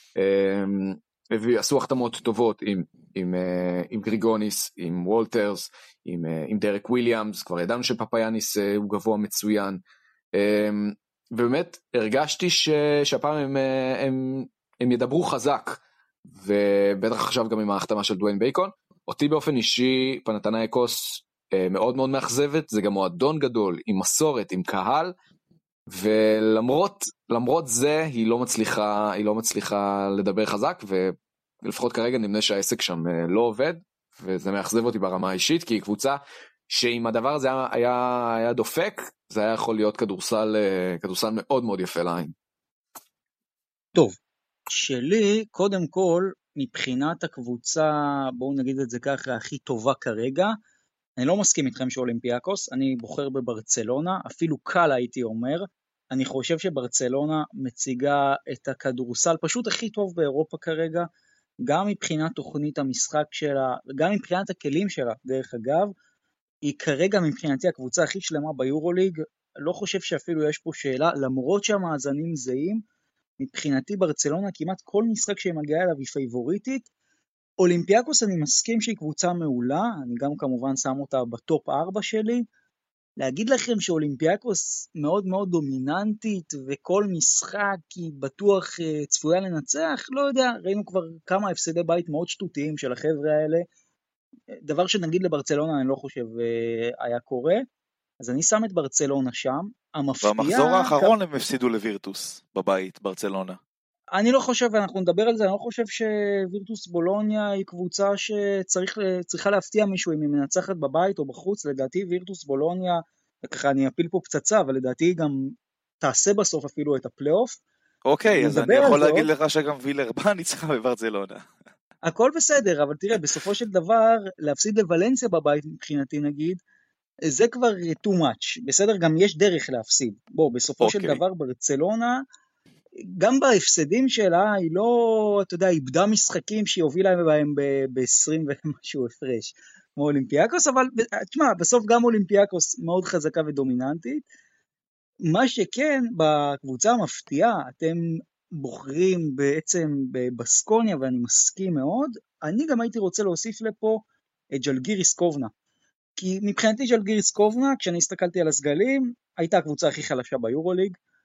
ועשו החתמות טובות עם, עם, עם גריגוניס, עם וולטרס, עם, עם דרק וויליאמס, כבר ידענו שפפאיאניס הוא גבוה מצוין, ובאמת הרגשתי ש, שהפעם הם, הם, הם ידברו חזק, ובטח עכשיו גם עם ההחתמה של דוויין בייקון. אותי באופן אישי פנתנייקוס מאוד מאוד מאכזבת, זה גם מועדון גדול, עם מסורת, עם קהל, ולמרות למרות זה היא לא מצליחה היא לא מצליחה לדבר חזק, ולפחות כרגע נמנה שהעסק שם לא עובד, וזה מאכזב אותי ברמה האישית, כי היא קבוצה שאם הדבר הזה היה, היה, היה דופק, זה היה יכול להיות כדורסל כדורסל מאוד מאוד יפה לעין. טוב, שלי קודם כל מבחינת הקבוצה, בואו נגיד את זה ככה, הכי טובה כרגע, אני לא מסכים איתכם שאולימפיאקוס, אני בוחר בברצלונה, אפילו קל הייתי אומר, אני חושב שברצלונה מציגה את הכדורסל פשוט הכי טוב באירופה כרגע, גם מבחינת תוכנית המשחק שלה, וגם מבחינת הכלים שלה, דרך אגב, היא כרגע מבחינתי הקבוצה הכי שלמה ביורוליג, לא חושב שאפילו יש פה שאלה, למרות שהמאזנים זהים, מבחינתי ברצלונה כמעט כל משחק שהיא מגיעה אליו היא פייבוריטית, אולימפיאקוס אני מסכים שהיא קבוצה מעולה, אני גם כמובן שם אותה בטופ ארבע שלי, להגיד לכם שאולימפיאקוס מאוד מאוד דומיננטית, וכל משחק היא בטוח uh, צפויה לנצח, לא יודע, ראינו כבר כמה הפסדי בית מאוד שטותיים של החבר'ה האלה, דבר שנגיד לברצלונה אני לא חושב uh, היה קורה, אז אני שם את ברצלונה שם, המפתיע... במחזור האחרון הם הפסידו לווירטוס בבית, ברצלונה. אני לא חושב, ואנחנו נדבר על זה, אני לא חושב שווירטוס בולוניה היא קבוצה שצריכה להפתיע מישהו אם היא מנצחת בבית או בחוץ, לדעתי וירטוס בולוניה, וככה אני אפיל פה פצצה, אבל לדעתי היא גם תעשה בסוף אפילו את הפלייאוף. אוקיי, אז אני יכול להגיד לך שגם וילרבן ניצחה בברצלונה. הכל בסדר, אבל תראה, בסופו של דבר, להפסיד לוולנסיה בבית מבחינתי נגיד, זה כבר too much, בסדר? גם יש דרך להפסיד. בוא, בסופו של דבר ברצלונה, גם בהפסדים שלה, היא לא, אתה יודע, איבדה משחקים שהיא הובילה בהם ב-עשרים ומשהו הפרש, כמו אולימפיאקוס, אבל תשמע, בסוף גם אולימפיאקוס מאוד חזקה ודומיננטית. מה שכן, בקבוצה המפתיעה, אתם בוחרים בעצם בבסקוניה, ואני מסכים מאוד, אני גם הייתי רוצה להוסיף לפה את ז'לגיריס קובנה. כי מבחינתי ז'לגיריס קובנה, כשאני הסתכלתי על הסגלים, הייתה הקבוצה הכי חלשה ביורוליג,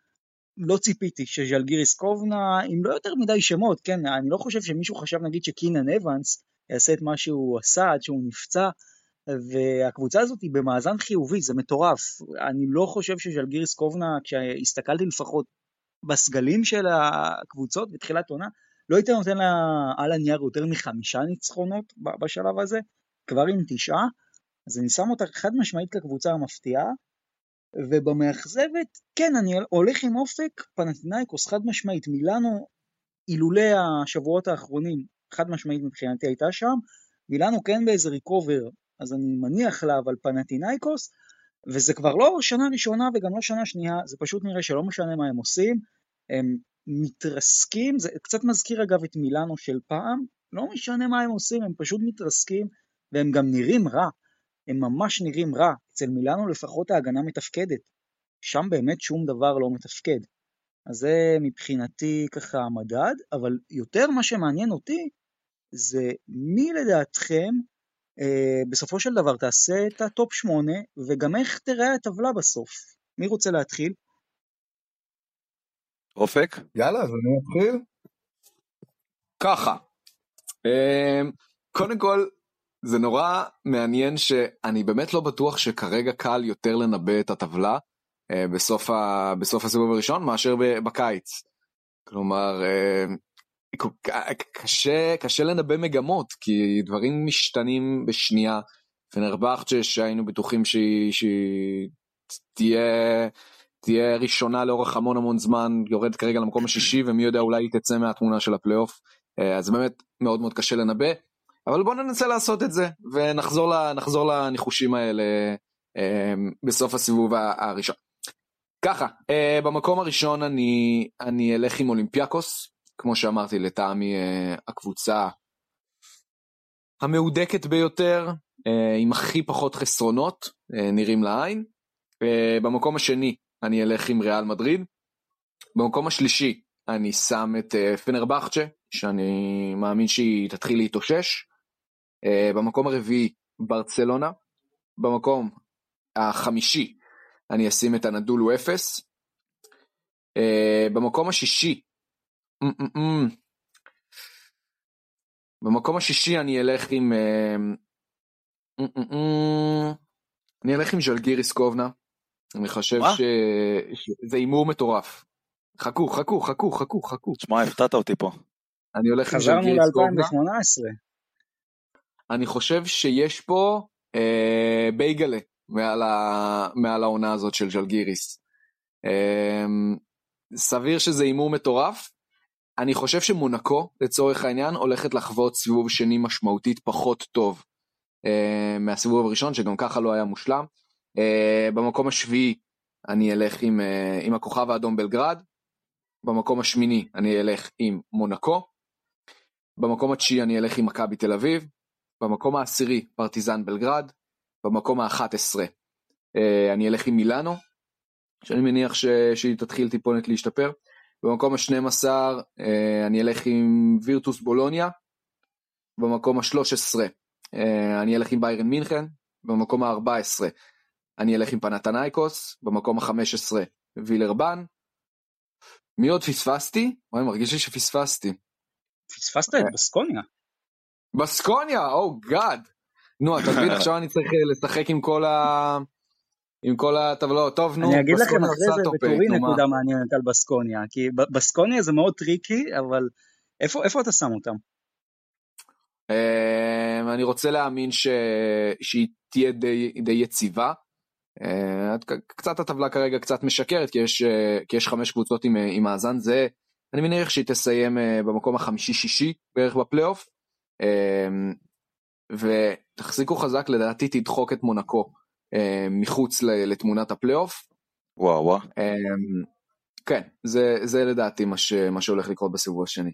לא ציפיתי שז'לגיריס קובנה, אם לא יותר מדי שמות, כן, אני לא חושב שמישהו חשב נגיד שקינן אבנס יעשה את מה שהוא עשה עד שהוא נפצע, והקבוצה הזאת היא במאזן חיובי, זה מטורף. אני לא חושב שז'לגיריס קובנה, כשהסתכלתי לפחות בסגלים של הקבוצות בתחילת עונה, לא הייתי נותן לה על הנייר יותר מחמישה ניצחונות בשלב הזה, כבר עם תשעה, אז אני שם אותה חד משמעית כקבוצה המפתיעה, ובמאכזבת, כן, אני הולך עם אופק, פנתינייקוס חד משמעית, מילאנו אילולי השבועות האחרונים, חד משמעית מבחינתי הייתה שם, מילאנו כן באיזה ריקובר, אז אני מניח לה, אבל פנתינייקוס, וזה כבר לא שנה ראשונה וגם לא שנה שנייה, זה פשוט נראה שלא משנה מה הם עושים, הם מתרסקים, זה קצת מזכיר אגב את מילאנו של פעם, לא משנה מה הם עושים, הם פשוט מתרסקים, והם גם נראים רע, הם ממש נראים רע, אצל מילאנו לפחות ההגנה מתפקדת, שם באמת שום דבר לא מתפקד, אז זה מבחינתי ככה המדד, אבל יותר מה שמעניין אותי, זה מי לדעתכם, אה, בסופו של דבר תעשה את הטופ שמונה, וגם איך תראה הטבלה בסוף, מי רוצה להתחיל? אופק? יאללה, אז אני אתחיל. ככה, קודם כל, זה נורא מעניין שאני באמת לא בטוח שכרגע קל יותר לנבא את הטבלה בסוף, ה... בסוף הסיבוב הראשון מאשר בקיץ. כלומר, קשה, קשה לנבא מגמות, כי דברים משתנים בשנייה. פנרבחצ'ה שהיינו בטוחים שהיא, שהיא תהיה, תהיה ראשונה לאורך המון המון זמן, יורד כרגע למקום השישי, ומי יודע אולי היא תצא מהתמונה של הפלייאוף. אז באמת מאוד מאוד קשה לנבא. אבל בואו ננסה לעשות את זה, ונחזור נחזור לניחושים האלה אה, בסוף הסיבוב הראשון. ככה, אה, במקום הראשון אני, אני אלך עם אולימפיאקוס, כמו שאמרתי, לטעמי אה, הקבוצה המהודקת ביותר, אה, עם הכי פחות חסרונות, אה, נראים לעין. אה, במקום השני אני אלך עם ריאל מדריד. במקום השלישי אני שם את אה, פנרבחצ'ה, שאני מאמין שהיא תתחיל להתאושש. Uh, במקום הרביעי ברצלונה, במקום החמישי אני אשים את הנדולו אפס, uh, במקום השישי mm-mm-mm. במקום השישי אני אלך עם uh, mm-mm-mm. אני אלך עם ז'לגיריס קובנה, אני חושב ש... שזה אימור מטורף. חכו חכו חכו חכו חכו תשמע, הפתעת אותי פה. אני הולך עם ז'לגיריס קובנה. חזרנו ל-אלפיים שמונה עשרה. אני חושב שיש פה אה, בייגלה מעל, ה, מעל העונה הזאת של ז'לגיריס. אה, סביר שזה אימור מטורף. אני חושב שמונקו, לצורך העניין, הולכת לחוות סיבוב שני משמעותית פחות טוב אה, מהסיבוב הראשון, שגם ככה לא היה מושלם. אה, במקום השביעי אני אלך עם, אה, עם הכוכב האדום בלגרד. במקום השמיני אני אלך עם מונקו. במקום התשיעי אני אלך עם מכבי תל אביב. במקום העשירי פרטיזן בלגרד, במקום ה-אחת עשרה אה, אני אלך עם מילאנו, שאני מניח ש... שהיא תתחיל טיפונת להשתפר, במקום ה-שנים עשר אה, אני אלך עם וירטוס בולוניה, במקום ה-שלוש עשרה אה, אני אלך עם ביירן מינכן, במקום ה-ארבע עשרה אני אלך עם פנתנייקוס, במקום ה-חמש עשרה וילרבן. מי עוד פספסתי? אני מרגיש לי שפספסתי. פספסת את בסקוניה. בסקוניה, או גאד. נו, אתה מבין, עכשיו אני צריך לשחק עם כל ה... עם כל הטבלות. טוב, נו, אני אגיד לכם אחרי זה בתורי נקודה מעניינת על בסקוניה, כי בסקוניה זה מאוד טריקי, אבל איפה, איפה אתה שם אותם? אני רוצה להאמין ש... שהיא תהיה די, די יציבה. קצת הטבלה כרגע קצת משקרת, כי יש, כי יש חמש קבוצות עם, עם מאזן. זה, אני מניח שהיא תסיים במקום החמישי-שישי בערך בפלייאוף. ותחזיקו חזק, לדעתי תדחוק את מונקו מחוץ לתמונת הפלייאוף. וואו וואו. כן, זה, זה לדעתי מה, ש, מה שהולך לקרות בסיבוב השני.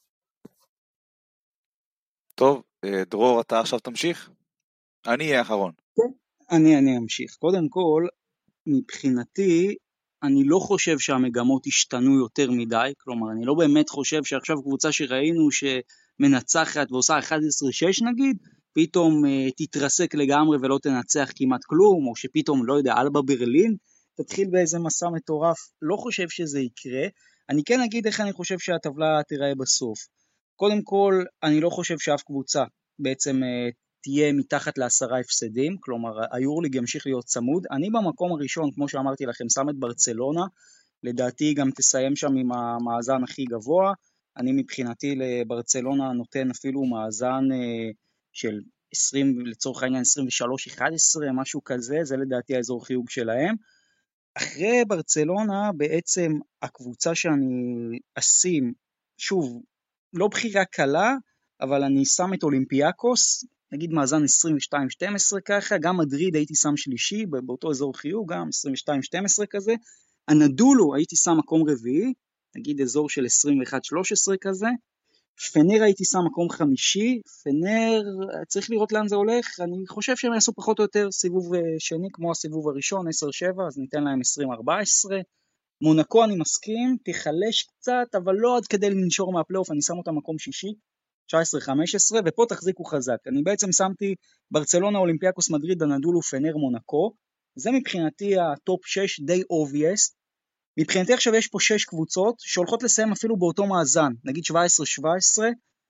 טוב, דרור, אתה עכשיו תמשיך? אני אהיה האחרון. כן, אני, אני אמשיך. קודם כל, מבחינתי, אני לא חושב שהמגמות השתנו יותר מדי, כלומר, אני לא באמת חושב שעכשיו קבוצה שראינו שמנצחת ועושה אחת עשרה שש נגיד, פתאום uh, תתרסק לגמרי ולא תנצח כמעט כלום, או שפתאום, לא יודע, אלבה ברלין תתחיל באיזה מסע מטורף, לא חושב שזה יקרה. אני כן אגיד איך אני חושב שהטבלה תיראה בסוף. קודם כל, אני לא חושב שאף קבוצה בעצם תהיה מתחת לעשרה הפסדים, כלומר היורליג ימשיך להיות צמוד. אני במקום הראשון, כמו שאמרתי לכם, שם את ברצלונה, לדעתי גם תסיים שם עם המאזן הכי גבוה. אני מבחינתי לברצלונה נותן אפילו מאזן של עשרים, לצורך העניין עשרים ושלוש אחת עשרה, משהו כזה, זה לדעתי האזור חיוג שלהם. אחרי ברצלונה בעצם הקבוצה שאני אשים, שוב, לא בחירה קלה, אבל אני שם את אולימפיאקוס, נגיד מאזן עשרים ושתיים שתים עשרה ככה, גם מדריד הייתי שם שלישי, באותו אזור חיוג, גם עשרים ושתיים שתים עשרה כזה, אנדולו הייתי שם מקום רביעי, נגיד אזור של עשרים ואחת שלוש עשרה כזה, פנר הייתי שם מקום חמישי, פנר, צריך לראות לאן זה הולך, אני חושב שהם יעשו פחות או יותר סיבוב שני, כמו הסיבוב הראשון, עשר שבע, אז ניתן להם עשרים ארבע עשרה, מונקו אני מסכים, תחלש קצת, אבל לא עד כדי לנשור מהפלייאוף, אני שם אותה מקום שישי, תשע עשרה חמש עשרה, ופה תחזיקו חזק, אני בעצם שמתי ברצלונה, אולימפיאקוס, מדריד, אנדולו, פנר, מונקו, זה מבחינתי הטופ שש די obvious, מבחינתי עכשיו יש פה שש קבוצות שהולכות לסיים אפילו באותו מאזן, נגיד שבע עשרה שבע עשרה,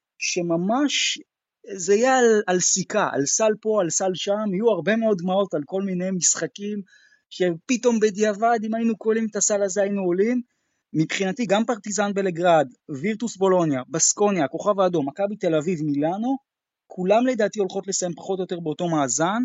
שממש זה יהיה על, על סיכה, על סל פה, על סל שם, יהיו הרבה מאוד דמעות על כל מיני משחקים, שפתאום בדיעבד, אם היינו קולים את הסל הזה היינו עולים. מבחינתי גם פרטיזן בלגרד, וירטוס בולוניה, בסקוניה, כוכב האדום, מכבי תל אביב, מילאנו, כולם לדעתי הולכות לסיים פחות או יותר באותו מאזן.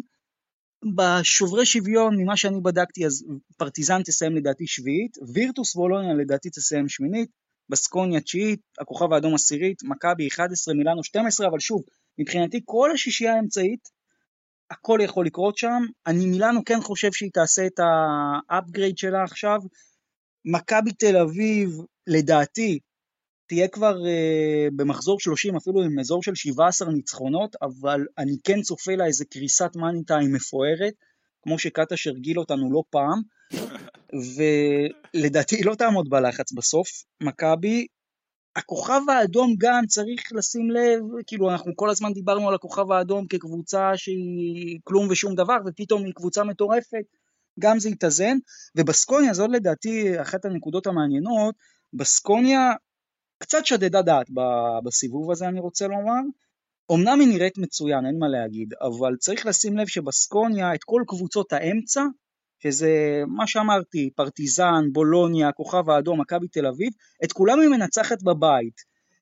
בשוברי שוויון, ממה שאני בדקתי, אז פרטיזן תסיים לדעתי שביעית, וירטוס בולוניה לדעתי תסיים שמינית, בסקוניה תשיעית, הכוכב האדום עשירית, מכבי אחת עשרה, מילאנו שתים עשרה, אבל שוב, מבחינתי כל השישייה האמצעית, הכל יכול לקרות שם. אני מילאנו כן חושב שהיא תעשה את האפגרייד שלה עכשיו, מכבי תל אביב לדעתי תהיה כבר uh, במחזור שלושים, אפילו עם אזור של שבע עשרה ניצחונות, אבל אני כן צופה לה איזה קריסת מאניטיים מפוארת, כמו שקטש הרגיל אותנו לא פעם, ולדעתי לא תעמוד בלחץ בסוף. מכבי, הכוכב האדום גם צריך לשים לב, כאילו אנחנו כל הזמן דיברנו על הכוכב האדום כקבוצה שהיא כלום ושום דבר, ופתאום היא קבוצה מטורפת, גם זה יתאזן, ובסקוניה, זאת לדעתי אחת הנקודות המעניינות, בסקוניה קצת שדדה דעת בסיבוב הזה אני רוצה לומר, אמנם היא נראית מצוין, אין מה להגיד, אבל צריך לשים לב שבסקוניה את כל קבוצות האמצע, שזה מה שאמרתי, פרטיזן, בולוניה, כוכב האדום, מכבי תל אביב, את כולם היא מנצחת בבית,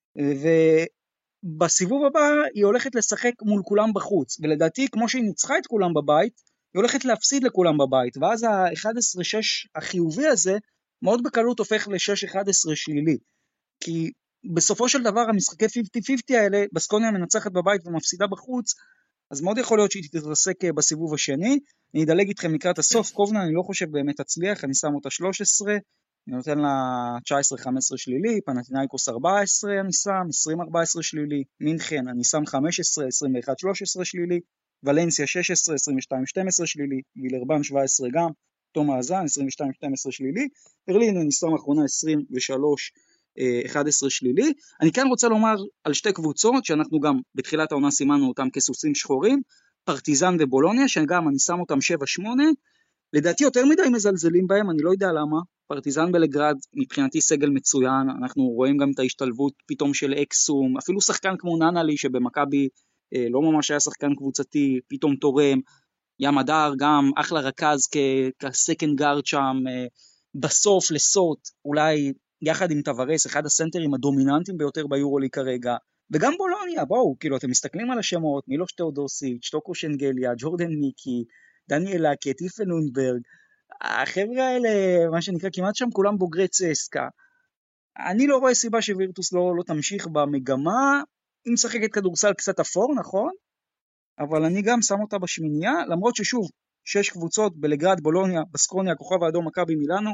ובסיבוב הבא היא הולכת לשחק מול כולם בחוץ, ולדעתי כמו שהיא ניצחה את כולם בבית, היא הולכת להפסיד לכולם בבית, ואז ה-אחד עשר שש החיובי הזה, מאוד בקלות הופך ל-שש אחת עשרה שלילי, כי בסופו של דבר המשחקי חמישים חמישים האלה, בסקוניה מנצחת בבית ומפסידה בחוץ, אז מאוד יכול להיות שהיא תתרסק בסיבוב השני. אני אדלג איתכם לקראת הסוף, קובנה אני לא חושב באמת תצליח, אני שם אותה שלוש עשרה, אני נותן לה תשע עשרה חמש עשרה שלילי, פנתינייקוס ארבע עשרה אני שם, עשרים ארבע עשרה שלילי, מינכן אני שם חמש עשרה, עשרים ואחת שלוש עשרה שלילי, ולנסיה שש עשרה, עשרים ושתיים שתים עשרה שלילי, וילרבן שבע עשרה גם, תום מאזן עשרים ושתיים שתים עשרה שלילי, ברלין אני שם אחרונה עשרים ושלוש אחת עשרה שלילי. אני כאן רוצה לומר על שתי קבוצות שאנחנו גם בתחילת העונה סימנו אותם כסוסים שחורים, פרטיזן ובולוניה, שגם אני שם אותם שבע שמונה, לדעתי יותר מדי מזלזלים בהם, אני לא יודע למה. פרטיזן בלגרד מבחינתי סגל מצוין, אנחנו רואים גם את ההשתלבות פתאום של אקסום, אפילו שחקן כמו ננלי שבמכבי אה, לא ממש היה שחקן קבוצתי, פתאום תורם, ים הדר גם אחלה רכז כסקנד גארד שם, אה, בסוף לסוט, אולי יחד עם טוורס, אחד הסנטרים הדומיננטיים ביותר ביורוליג כרגע, וגם בולוניה, בואו, כאילו אתם מסתכלים על השמות, מילוש תאודוסיץ', טוקו שנגליה, ג'ורדן מיקי, דניאל לקט, איפן אונברג, החבר'ה האלה, מה שנקרא, כמעט שם כולם בוגרי צסקה. אני לא רואה סיבה שווירטוס לא, לא תמשיך במגמה, היא משחקת כדורסל קצת אפור, נכון? אבל אני גם שם אותה בשמינייה, למרות ששוב, שש קבוצות, בלגרד, בולוניה, בסקוניה, כוכב האדום, מכבי מילאנו,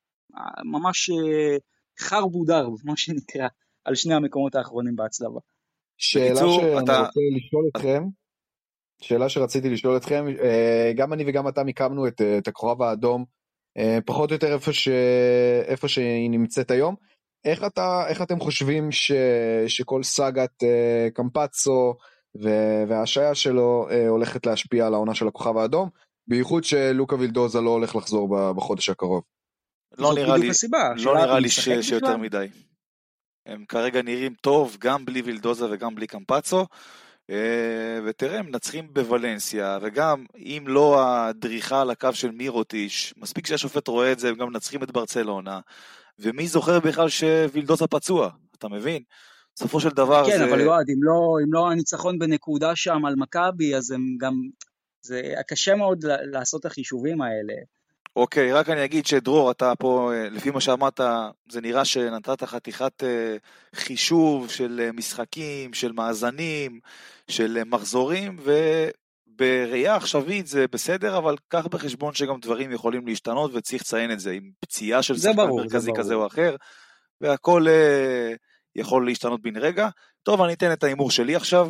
ממש חרבו דרב, מה שנקרא, על שני המקומות האחרונים בהצלבה. שאלה בקיצור, שאני אתה... רוצה לשאול אתכם, שאלה שרציתי לשאול אתכם, גם אני וגם אתה מיקמנו את, את הכוכב האדום, פחות או יותר איפה, ש... איפה שהיא נמצאת היום. איך, אתה, איך אתם חושבים ש... שכל סאגת קמפצו וההשעיה שלו הולכת להשפיע על העונה של הכוכב האדום? בייחוד שלוקה וילדוזה לא הולך לחזור בחודש הקרוב. לא נראה לי, הסיבה, לא נראה לי ש, שיותר מדי. הם כרגע נראים טוב, גם בלי וילדוזה וגם בלי קמפצו, ותראה, הם נצחים בוולנסיה, וגם אם לא הדריכה על הקו של מירוטיש, מספיק שהשופט רואה את זה, הם גם נצחים את ברצלונה, ומי זוכר בכלל שווילדוזה פצוע, אתה מבין? בסופו של דבר כן, זה... אבל יועד, אם לא, אם לא הניצחון בנקודה שם על מכבי, אז הם גם... זה קשה מאוד לעשות את החישובים האלה. אוקיי, רק אני אגיד שדרור, אתה פה, לפי מה שאמרת, זה נראה שנתת חתיכת חישוב של משחקים, של מאזנים, של מחזורים, ובראייה עכשווית זה בסדר, אבל קח בחשבון שגם דברים יכולים להשתנות, וצריך לציין את זה, עם פציעה של שחקן מרכזי כזה או אחר, והכל יכול להשתנות בן רגע. טוב, אני אתן את האימור שלי עכשיו.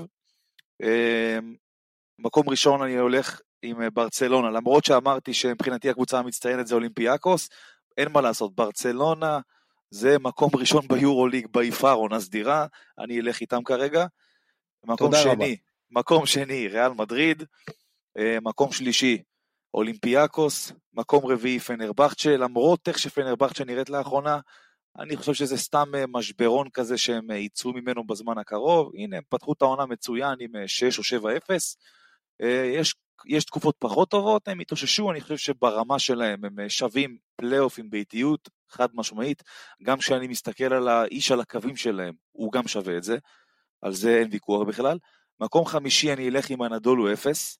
מקום ראשון אני הולך עם ברצלונה, למרות שאמרתי שמבחינתי הקבוצה המצטיינת זה אולימפיאקוס, אין מה לעשות, ברצלונה זה מקום ראשון ביורוליג ביפר, עונה סדירה, אני אלך איתם כרגע. מקום שני, רבה. מקום שני, ריאל מדריד, מקום שלישי, אולימפיאקוס, מקום רביעי פנרבחצ'ה, למרות איך שפנרבחצ'ה נראית לאחרונה, אני חושב שזה סתם משברון כזה שהם ייצאו ממנו בזמן הקרוב, הנה הם פתחו את העונה מצוין עם שש או שבע אפס, יש, יש תקופות פחות טובות, הם התאוששו, אני חושב שברמה שלהם הם שווים פלייאוף עם ביתיות, חד משמעית, גם כשאני מסתכל על האיש על הקווים שלהם, הוא גם שווה את זה, על זה אין ויכוח בכלל. מקום חמישי אני אלך עם אנדולו אפס,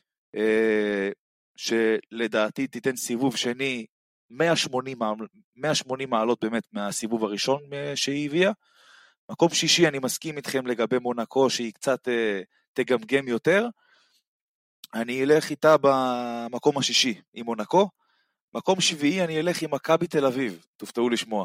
שלדעתי תיתן סיבוב שני, מאה ושמונים מעלות באמת מהסיבוב הראשון שהיא הביאה. מקום שישי אני מסכים איתכם לגבי מונקו שהיא קצת תגמגם יותר, אני אלך איתה במקום השישי עם מונקו. מקום שביעי אני אלך עם מכבי תל אביב, תופתעו לשמוע.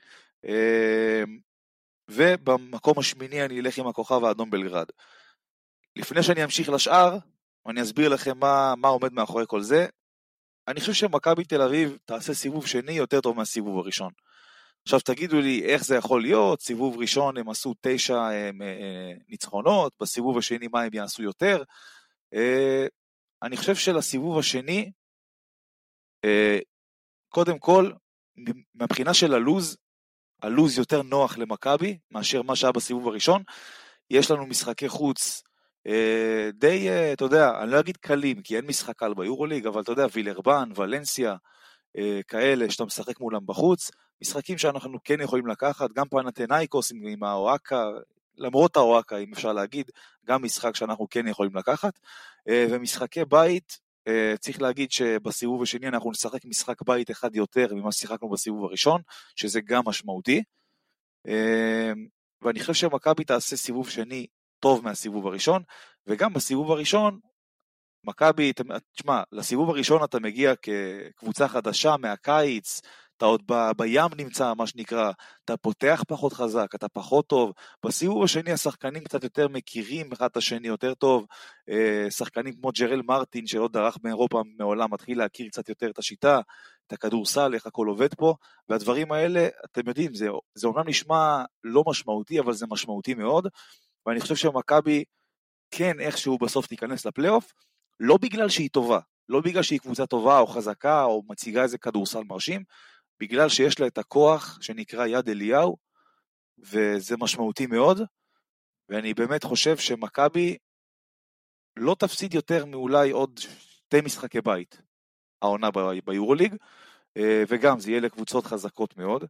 ובמקום השמיני אני אלך עם הכוכב האדום בלגרד. לפני שאני אמשיך לשאר, אני אסביר לכם מה, מה עומד מאחורי כל זה. אני חושב שמכבי תל אביב תעשה סיבוב שני יותר טוב מהסיבוב הראשון. עכשיו תגידו לי איך זה יכול להיות, סיבוב ראשון הם עשו תשע הם, אה, ניצחונות, בסיבוב השני מה הם יעשו יותר. אה, אני חושב שלסיבוב השני, אה, קודם כל, מבחינה של הלוז, הלוז יותר נוח למכבי, מאשר מה שהיה בסיבוב הראשון, יש לנו משחקי חוץ, די, אתה יודע, אני לא אגיד קלים, כי אין משחק קל ביורוליג, אבל אתה יודע, וילרבן, ולנסיה, כאלה שאתה משחק מולם בחוץ, משחקים שאנחנו כן יכולים לקחת, גם פנתנייקוס עם, עם האוהקה, למרות האוהקה, אם אפשר להגיד, גם משחק שאנחנו כן יכולים לקחת, ומשחקי בית, צריך להגיד שבסיבוב השני אנחנו נשחק משחק בית אחד יותר ממה ששיחקנו בסיבוב הראשון, שזה גם משמעותי, ואני חושב שמכבי תעשה סיבוב שני טוב מהסיבוב הראשון, וגם בסיבוב הראשון, מכבי, תשמע, לסיבוב הראשון אתה מגיע כקבוצה חדשה מהקיץ, אתה עוד ב, בים נמצא, מה שנקרא, אתה פותח פחות חזק, אתה פחות טוב, בסיבוב השני השחקנים קצת יותר מכירים אחד את השני יותר טוב, שחקנים כמו ג'רל מרטין שלא דרך באירופה מעולם, מתחיל להכיר קצת יותר את השיטה, את הכדורסל, איך הכל עובד פה, והדברים האלה, אתם יודעים, זה, זה אומנם נשמע לא משמעותי, אבל זה משמעותי מאוד, ואני חושב שמכבי כן איכשהו בסוף תיכנס לפלייאוף, לא בגלל שהיא טובה, לא בגלל שהיא קבוצה טובה או חזקה או מציגה איזה כדורסל מרשים, בגלל שיש לה את הכוח שנקרא יד אליהו, וזה משמעותי מאוד, ואני באמת חושב שמכבי לא תפסיד יותר מאולי עוד שתי משחקי בית, העונה ביורוליג, וגם זה יהיה לקבוצות חזקות מאוד,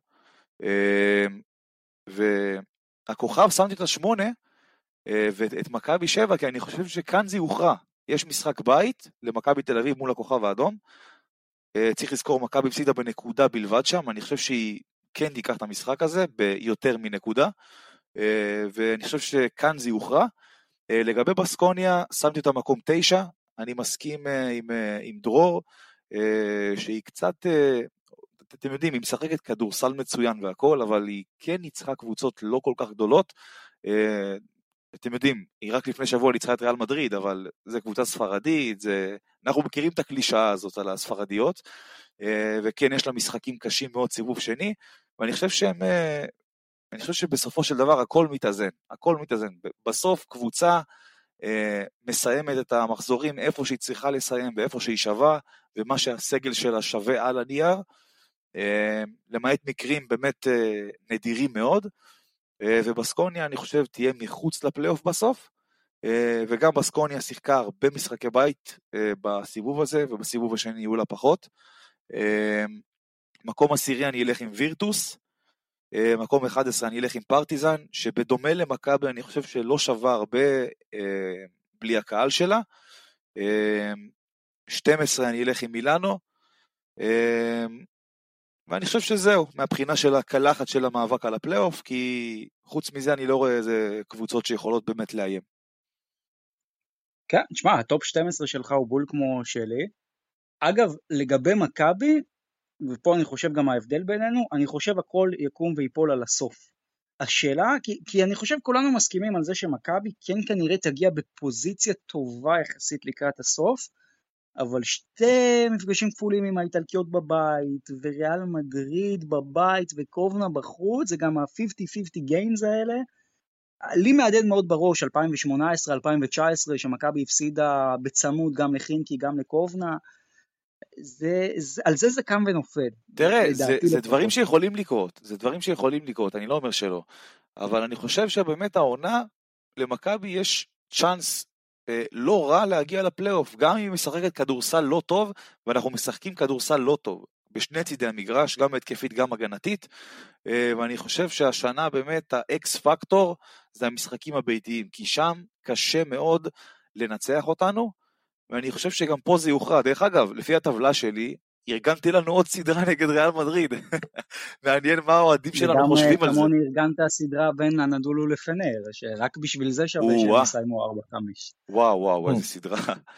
והכוכב שמתי את השמונה, ואת מכבי שבע, כי אני חושב שכאן זה יוכרע, יש משחק בית למכבי תל אביב מול הכוכב האדום, צריך לזכור מכבי הפסידה בנקודה בלבד שם, אני חושב שהיא כן תיקח את המשחק הזה ביותר מנקודה, ואני חושב שכאן זה יוכרע. לגבי בסקוניה, שמתי אותה מקום תשע, אני מסכים עם, עם דרור, שהיא קצת, אתם יודעים, היא משחקת כדורסל מצוין והכל, אבל היא כן ניצחה קבוצות לא כל כך גדולות, אתם יודעים, היא רק לפני שבוע ניצחה את ריאל מדריד, אבל זה קבוצה ספרדית, זה... אנחנו מכירים את הקלישאה הזאת על הספרדיות, וכן יש לה משחקים קשים מאוד סיבוב שני, ואני חושב שהם, אני חושב שבסופו של דבר הכל מתאזן, הכל מתאזן. בסוף קבוצה מסיימת את המחזורים איפה שהיא צריכה לסיים ואיפה שהיא שווה, ומה שהסגל שלה שווה על הנייר, למעט מקרים באמת נדירים מאוד, ובסקוניה אני חושב תהיה מחוץ לפלייאוף בסוף, וגם בסקוניה שיחקה הרבה משחקי בית בסיבוב הזה, ובסיבוב השני יהיו לה פחות. מקום עשירי אני אלך עם וירטוס, מקום אחד עשרה אני אלך עם פרטיזן, שבדומה למכבי אני חושב שלא שווה הרבה בלי הקהל שלה. שתים עשרה אני אלך עם מילאנו, ואני חושב שזהו, מהבחינה של הקלחת של המאבק על הפלייאוף, כי חוץ מזה אני לא רואה איזה קבוצות שיכולות באמת לאיים. כן, תשמע, הטופ שתים עשרה שלך הוא בול כמו שלי. אגב, לגבי מכבי, ופה אני חושב גם ההבדל בינינו, אני חושב הכל יקום ויפול על הסוף. השאלה, כי, כי אני חושב כולנו מסכימים על זה שמכבי כן כנראה תגיע בפוזיציה טובה יחסית לקראת הסוף, אבל שתי מפגשים כפולים עם האיטלקיות בבית, וריאל מדריד בבית, וקובנה בחוץ, זה גם ה-חמישים חמישים games האלה, לי מעדד מאוד בראש, אלפיים שמונה עשרה אלפיים תשע עשרה, שמכבי הפסידה בצמוד גם לחינקי, גם לקובנה, זה, זה, על זה זה קם ונופל. תראה, זה, זה דברים שיכולים לקרות, זה דברים שיכולים לקרות, אני לא אומר שלא, אבל אני חושב שבאמת העונה, למכבי יש צ'אנס אה, לא רע להגיע לפלייאוף, גם אם היא משחקת כדורסל לא טוב, ואנחנו משחקים כדורסל לא טוב, בשני צידי המגרש, גם התקפית, גם הגנתית, אה, ואני חושב שהשנה באמת האקס פקטור, זה המשחקים הביתיים, כי שם קשה מאוד לנצח אותנו, ואני חושב שגם פה זה יוכרע. דרך אגב, לפי הטבלה שלי, ארגנתי לנו עוד סדרה נגד ריאל מדריד. מעניין מה האוהדים שלנו חושבים על זה. וגם כמוני ארגנת סדרה בין אנדולו לפנר, שרק בשביל זה שווה שהם יסיימו ארבע חמש. וואו, וואו, איזה סדרה.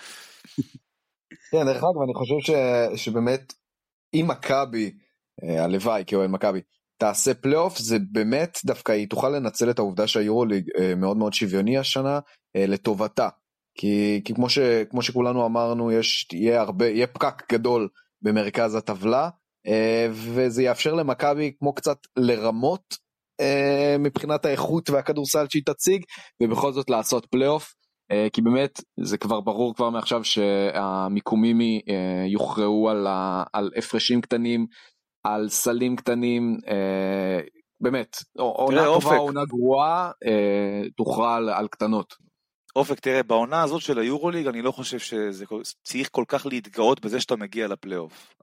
כן, דרך אגב, אני חושב שבאמת, אם מכבי, הלוואי כאוהד מכבי, תעשה פלייאוף, זה באמת דווקא היא תוכל לנצל את העובדה שהיורוליג מאוד מאוד שוויוני השנה, לטובתה. כי, כי כמו, ש, כמו שכולנו אמרנו, יש, יהיה, הרבה, יהיה פקק גדול במרכז הטבלה, וזה יאפשר למכבי כמו קצת לרמות מבחינת האיכות והכדורסל שהיא תציג, ובכל זאת לעשות פלייאוף, כי באמת זה כבר ברור כבר מעכשיו שהמיקומים יוכרעו על, על הפרשים קטנים, על סלים קטנים, באמת, עונה טובה, עונה גרועה, תוכרע על, על קטנות. אופק, תראה, בעונה הזאת של היורוליג, אני לא חושב שזה צריך כל כך להתגאות בזה שאתה מגיע לפלייאוף.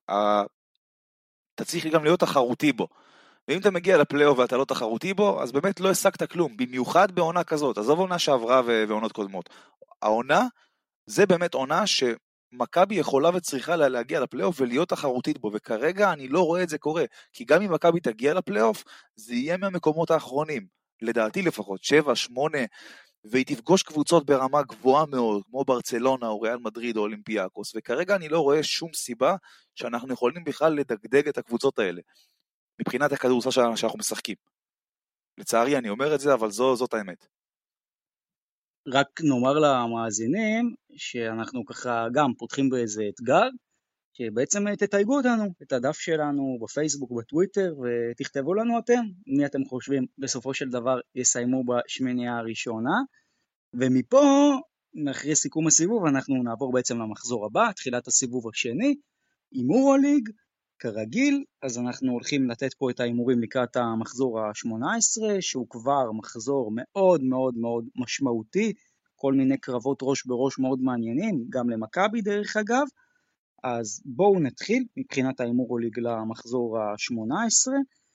אתה צריך גם להיות תחרותי בו. ואם אתה מגיע לפלייאוף ואתה לא תחרותי בו, אז באמת לא השגת כלום, במיוחד בעונה כזאת. עזוב עונה שעברה ועונות קודמות. העונה, זה באמת עונה שמכבי יכולה וצריכה להגיע לפלייאוף ולהיות תחרותית בו, וכרגע אני לא רואה את זה קורה, כי גם אם מכבי תגיע לפלייאוף, זה יהיה מהמקומות האחרונים, לדעתי לפחות, שבע, שמונה, והיא תפגוש קבוצות ברמה גבוהה מאוד, כמו ברצלונה או ריאל מדריד או אולימפיאקוס, וכרגע אני לא רואה שום סיבה שאנחנו יכולים בכלל לדגדג את הקבוצות האלה, מבחינת הכדורסל שאנחנו משחקים. לצערי אני אומר את זה, אבל זו, זאת האמת. רק נאמר למאזינים, שאנחנו ככה גם פותחים באיזה אתגר, שבעצם תתייגו אותנו, את הדף שלנו בפייסבוק, בטוויטר, ותכתבו לנו אתם, מי אתם חושבים בסופו של דבר יסיימו בשמיניה הראשונה, ומפה, אחרי סיכום הסיבוב, אנחנו נעבור בעצם למחזור הבא, תחילת הסיבוב השני, הימור הליג, כרגיל, אז אנחנו הולכים לתת פה את ההימורים לקראת המחזור ה-שמונה עשרה, שהוא כבר מחזור מאוד מאוד מאוד משמעותי, כל מיני קרבות ראש בראש מאוד מעניינים, גם למכבי דרך אגב, אז בואו נתחיל מבחינת ההימור הליג למחזור ה-שמונה עשרה.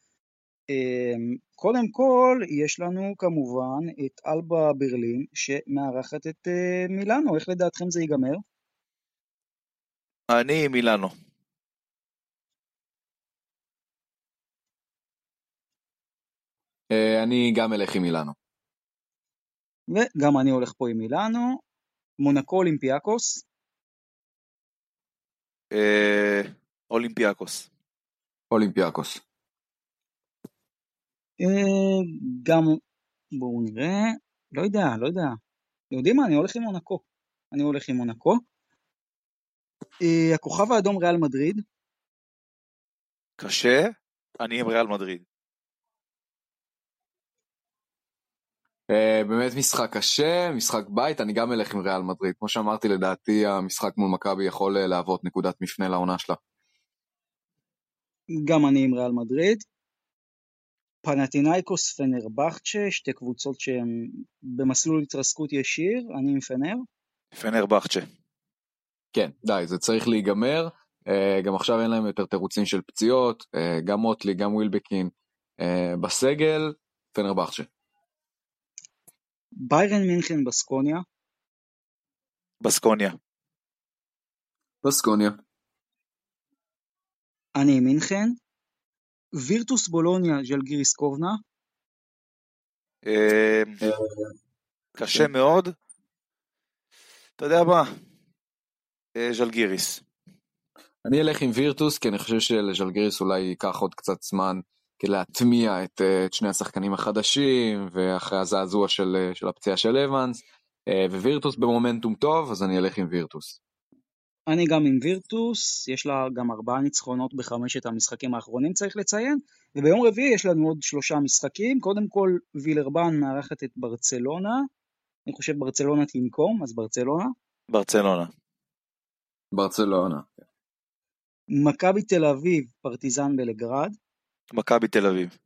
קודם כל יש לנו כמובן את אלבה ברלין שמארחת את מילאנו, איך לדעתכם זה ייגמר? אני מילאנו. אני גם אלך עם מילאנו. וגם אני הולך פה עם מילאנו. מונקו אולימפיאקוס. אולימפיאקוס. אולימפיאקוס. גם, בואו נראה, לא יודע, לא יודע. יודעים מה, אני הולך עם מונקו. אני הולך עם מונקו. הכוכב האדום ריאל מדריד. קשה, אני עם ריאל מדריד. Uh, באמת משחק קשה, משחק בית, אני גם אלך עם ריאל מדריד. כמו שאמרתי, לדעתי המשחק מול מכבי יכול להוות נקודת מפנה לעונה שלה. גם אני עם ריאל מדריד. פנתינייקוס פנרבחצ'ה, שתי קבוצות שהן במסלול התרסקות ישיר, אני עם פנר. פנרבחצ'ה. כן, די, זה צריך להיגמר. Uh, גם עכשיו אין להם יותר תירוצים של פציעות, uh, גם מוטלי, גם ווילבקין uh, בסגל, פנרבחצ'ה. ביירן מינכן בסקוניה. בסקוניה. בסקוניה. אני עם מינכן. וירטוס בולוניה, ז'לגיריס קובנה. קשה מאוד. אתה יודע מה? ז'לגיריס. אני אלך עם וירטוס, כי אני חושב שלז'לגיריס אולי ייקח עוד קצת זמן כדי להטמיע את, את שני השחקנים החדשים, ואחרי הזעזוע של, של הפציעה של אבנס, ווירטוס במומנטום טוב, אז אני אלך עם וירטוס. אני גם עם וירטוס, יש לה גם ארבעה ניצחונות בחמשת המשחקים האחרונים צריך לציין, וביום רביעי יש לנו עוד שלושה משחקים, קודם כל וילרבן מארחת את ברצלונה, אני חושב ברצלונה תנקום, אז ברצלונה. ברצלונה. ברצלונה. מכבי תל אביב, פרטיזן בלגרד. מכבי תל אביב.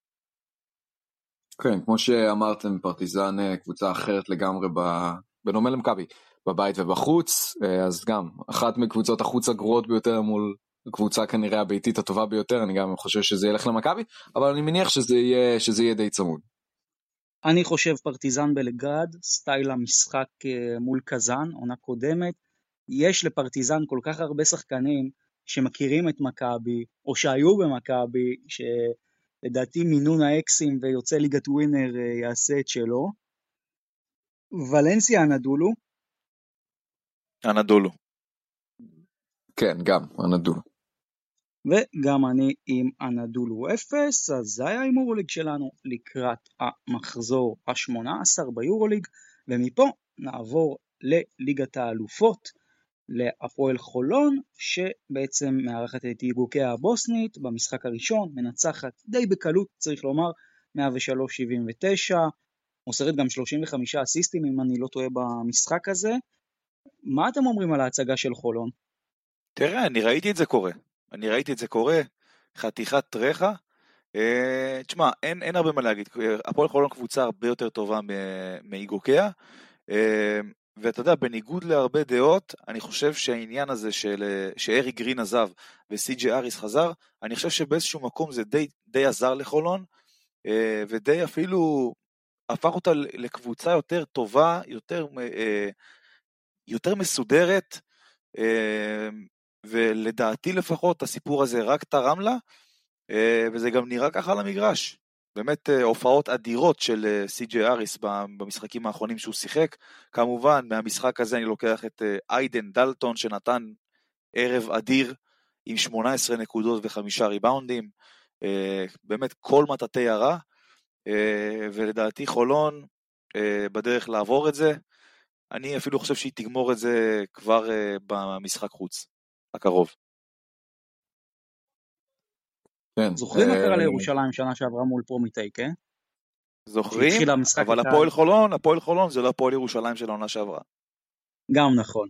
כן, כמו שאמרתם, פרטיזן קבוצה אחרת לגמרי, בנומל למכבי, בבית ובחוץ, אז גם אחת מקבוצות החוץ הגרועות ביותר מול קבוצה כנראה הביתית הטובה ביותר, אני גם חושב שזה ילך למכבי, אבל אני מניח שזה יהיה, שזה יהיה די צמוד. אני חושב פרטיזן בלגרד, סטייל המשחק מול קזן, עונה קודמת, יש לפרטיזן כל כך הרבה שחקנים שמכירים את מכבי, או שהיו במכבי, שלדעתי מינון האקסים ויוצא ליגת ווינר יעשה את שלו. ולנסיה אנדולו. אנדולו. כן, גם אנדולו. וגם אני עם אנדולו אפס, אז זה היה עם היורוליג שלנו לקראת המחזור ה-שמונה עשר ביורוליג, ומפה נעבור לליגת האלופות, להפועל חולון, שבעצם מארחת את יגוקיה הבוסנית, במשחק הראשון, מנצחת די בקלות, צריך לומר, מאה ושלוש שבעים ותשע, מוסרת גם שלושים וחמישה אסיסטים, אם אני לא טועה במשחק הזה. מה אתם אומרים על ההצגה של חולון? תראה, אני ראיתי את זה קורה. אני ראיתי את זה קורה, חתיכת טרחה. אה, תשמע, אין, אין הרבה מה להגיד. הפועל חולון קבוצה הרבה יותר טובה מאיגוקיה. אה, ואתה יודע, בניגוד להרבה דעות, אני חושב שהעניין הזה של, שארי גרין עזב וסי.ג'יי אריס חזר, אני חושב שבאיזשהו מקום זה די, די עזר לחולון, אה, ודי אפילו הפך אותה לקבוצה יותר טובה, יותר, אה, יותר מסודרת, אה, ולדעתי לפחות הסיפור הזה רק תרם לה, וזה גם נראה ככה על המגרש. באמת הופעות אדירות של סי.ג'יי אריס במשחקים האחרונים שהוא שיחק. כמובן מהמשחק הזה אני לוקח את איידן דלטון שנתן ערב אדיר עם שמונה עשרה נקודות וחמישה ריבאונדים. באמת כל מטאטי הרע, ולדעתי חולון בדרך לעבור את זה. אני אפילו חושב שהיא תגמור את זה כבר במשחק חוץ הקרוב. כן. זוכרים מה קרה לירושלים שנה שעברה מול פרומיטאי, כן? זוכרים, אבל הפועל חולון, הפועל חולון זה לא הפועל ירושלים של העונה שעברה. גם נכון.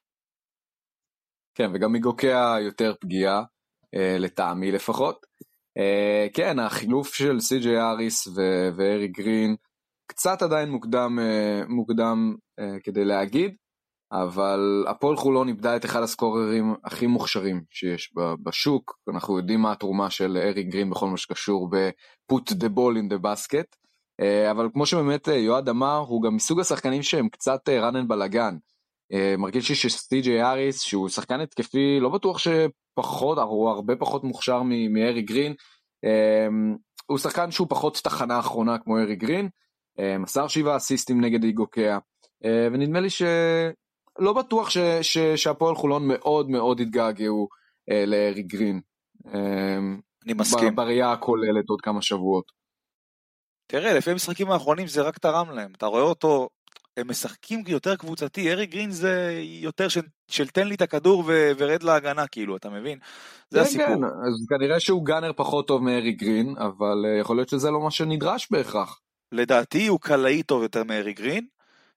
כן, וגם מגוקיה יותר פגיעה, לטעמי לפחות. כן, החילוף של סי.ג'יי אריס וארי גרין, קצת עדיין מוקדם, מוקדם כדי להגיד, אבל הפועל חולון איבדה את אחד הסקוררים הכי מוכשרים שיש בשוק. אנחנו יודעים מה התרומה של ארי גרין בכל מה שקשור ב-put the ball in the basket, אבל כמו שבאמת יועד אמר, הוא גם מסוג השחקנים שהם קצת run and בלגן. מרגיש לי שסי.ג'יי אריס, שהוא שחקן התקפי, לא בטוח שפחות, הוא הרבה פחות מוכשר מארי גרין, הוא שחקן שהוא פחות תחנה אחרונה כמו ארי גרין, מסר שבעה אסיסטים נגד איגוקיה, ונדמה לי ש... לא בטוח ש, ש, שהפועל חולון מאוד מאוד התגעגעו אה, לארי גרין. אה, אני מסכים. בראייה הכוללת עוד כמה שבועות. תראה, לפי המשחקים האחרונים זה רק תרם להם. אתה רואה אותו, הם משחקים יותר קבוצתי. ארי גרין זה יותר של, של תן לי את הכדור ו, ורד להגנה, כאילו, אתה מבין? זה כן, הסיפור. כן, אז כנראה שהוא גאנר פחות טוב מארי גרין, אבל אה, יכול להיות שזה לא מה שנדרש בהכרח. לדעתי הוא קלעי טוב יותר מארי גרין,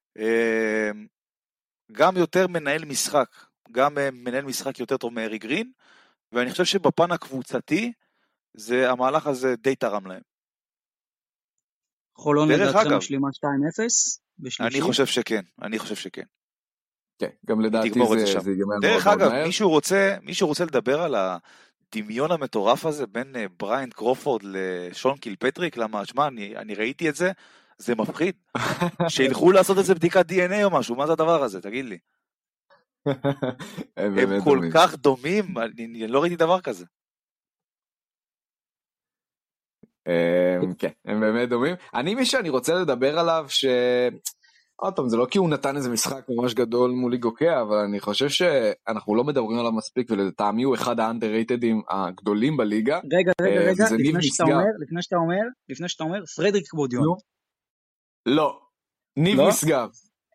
גם יותר מנהל משחק, גם מנהל משחק יותר טוב מארי גרין, ואני חושב שבפן הקבוצתי, זה המהלך הזה די תרם להם. חולון לדעתכם משלימה שתיים אפס בשלישי? אני חושב שכן, אני חושב שכן. כן, גם לדעתי זה, זה ייגמר דרך אגב, מישהו רוצה, מישהו רוצה לדבר על הדמיון המטורף הזה בין בריין קרופורד לשון קילפטריק, למה, שמה, אני, אני ראיתי את זה, זה מפחיד. שילכו לעשות את זה בדיקת די אן איי או משהו, מה זה הדבר הזה, תגיד לי. הם, הם כל דומים. כך דומים, אני, אני לא ראיתי דבר כזה. כן, הם באמת דומים. אני מי שאני רוצה לדבר עליו, ש... עוד פעם, זה לא כי הוא נתן איזה משחק ממש גדול מול ליגוקיה, אבל אני חושב שאנחנו לא מדברים עליו מספיק, ולטעמי הוא אחד האנדררייטדים הגדולים בליגה. רגע, רגע, רגע, לפני שאתה אומר, לפני שאתה אומר, לפני שאתה אומר, פרדריק בודיון. לא, ניב משגב.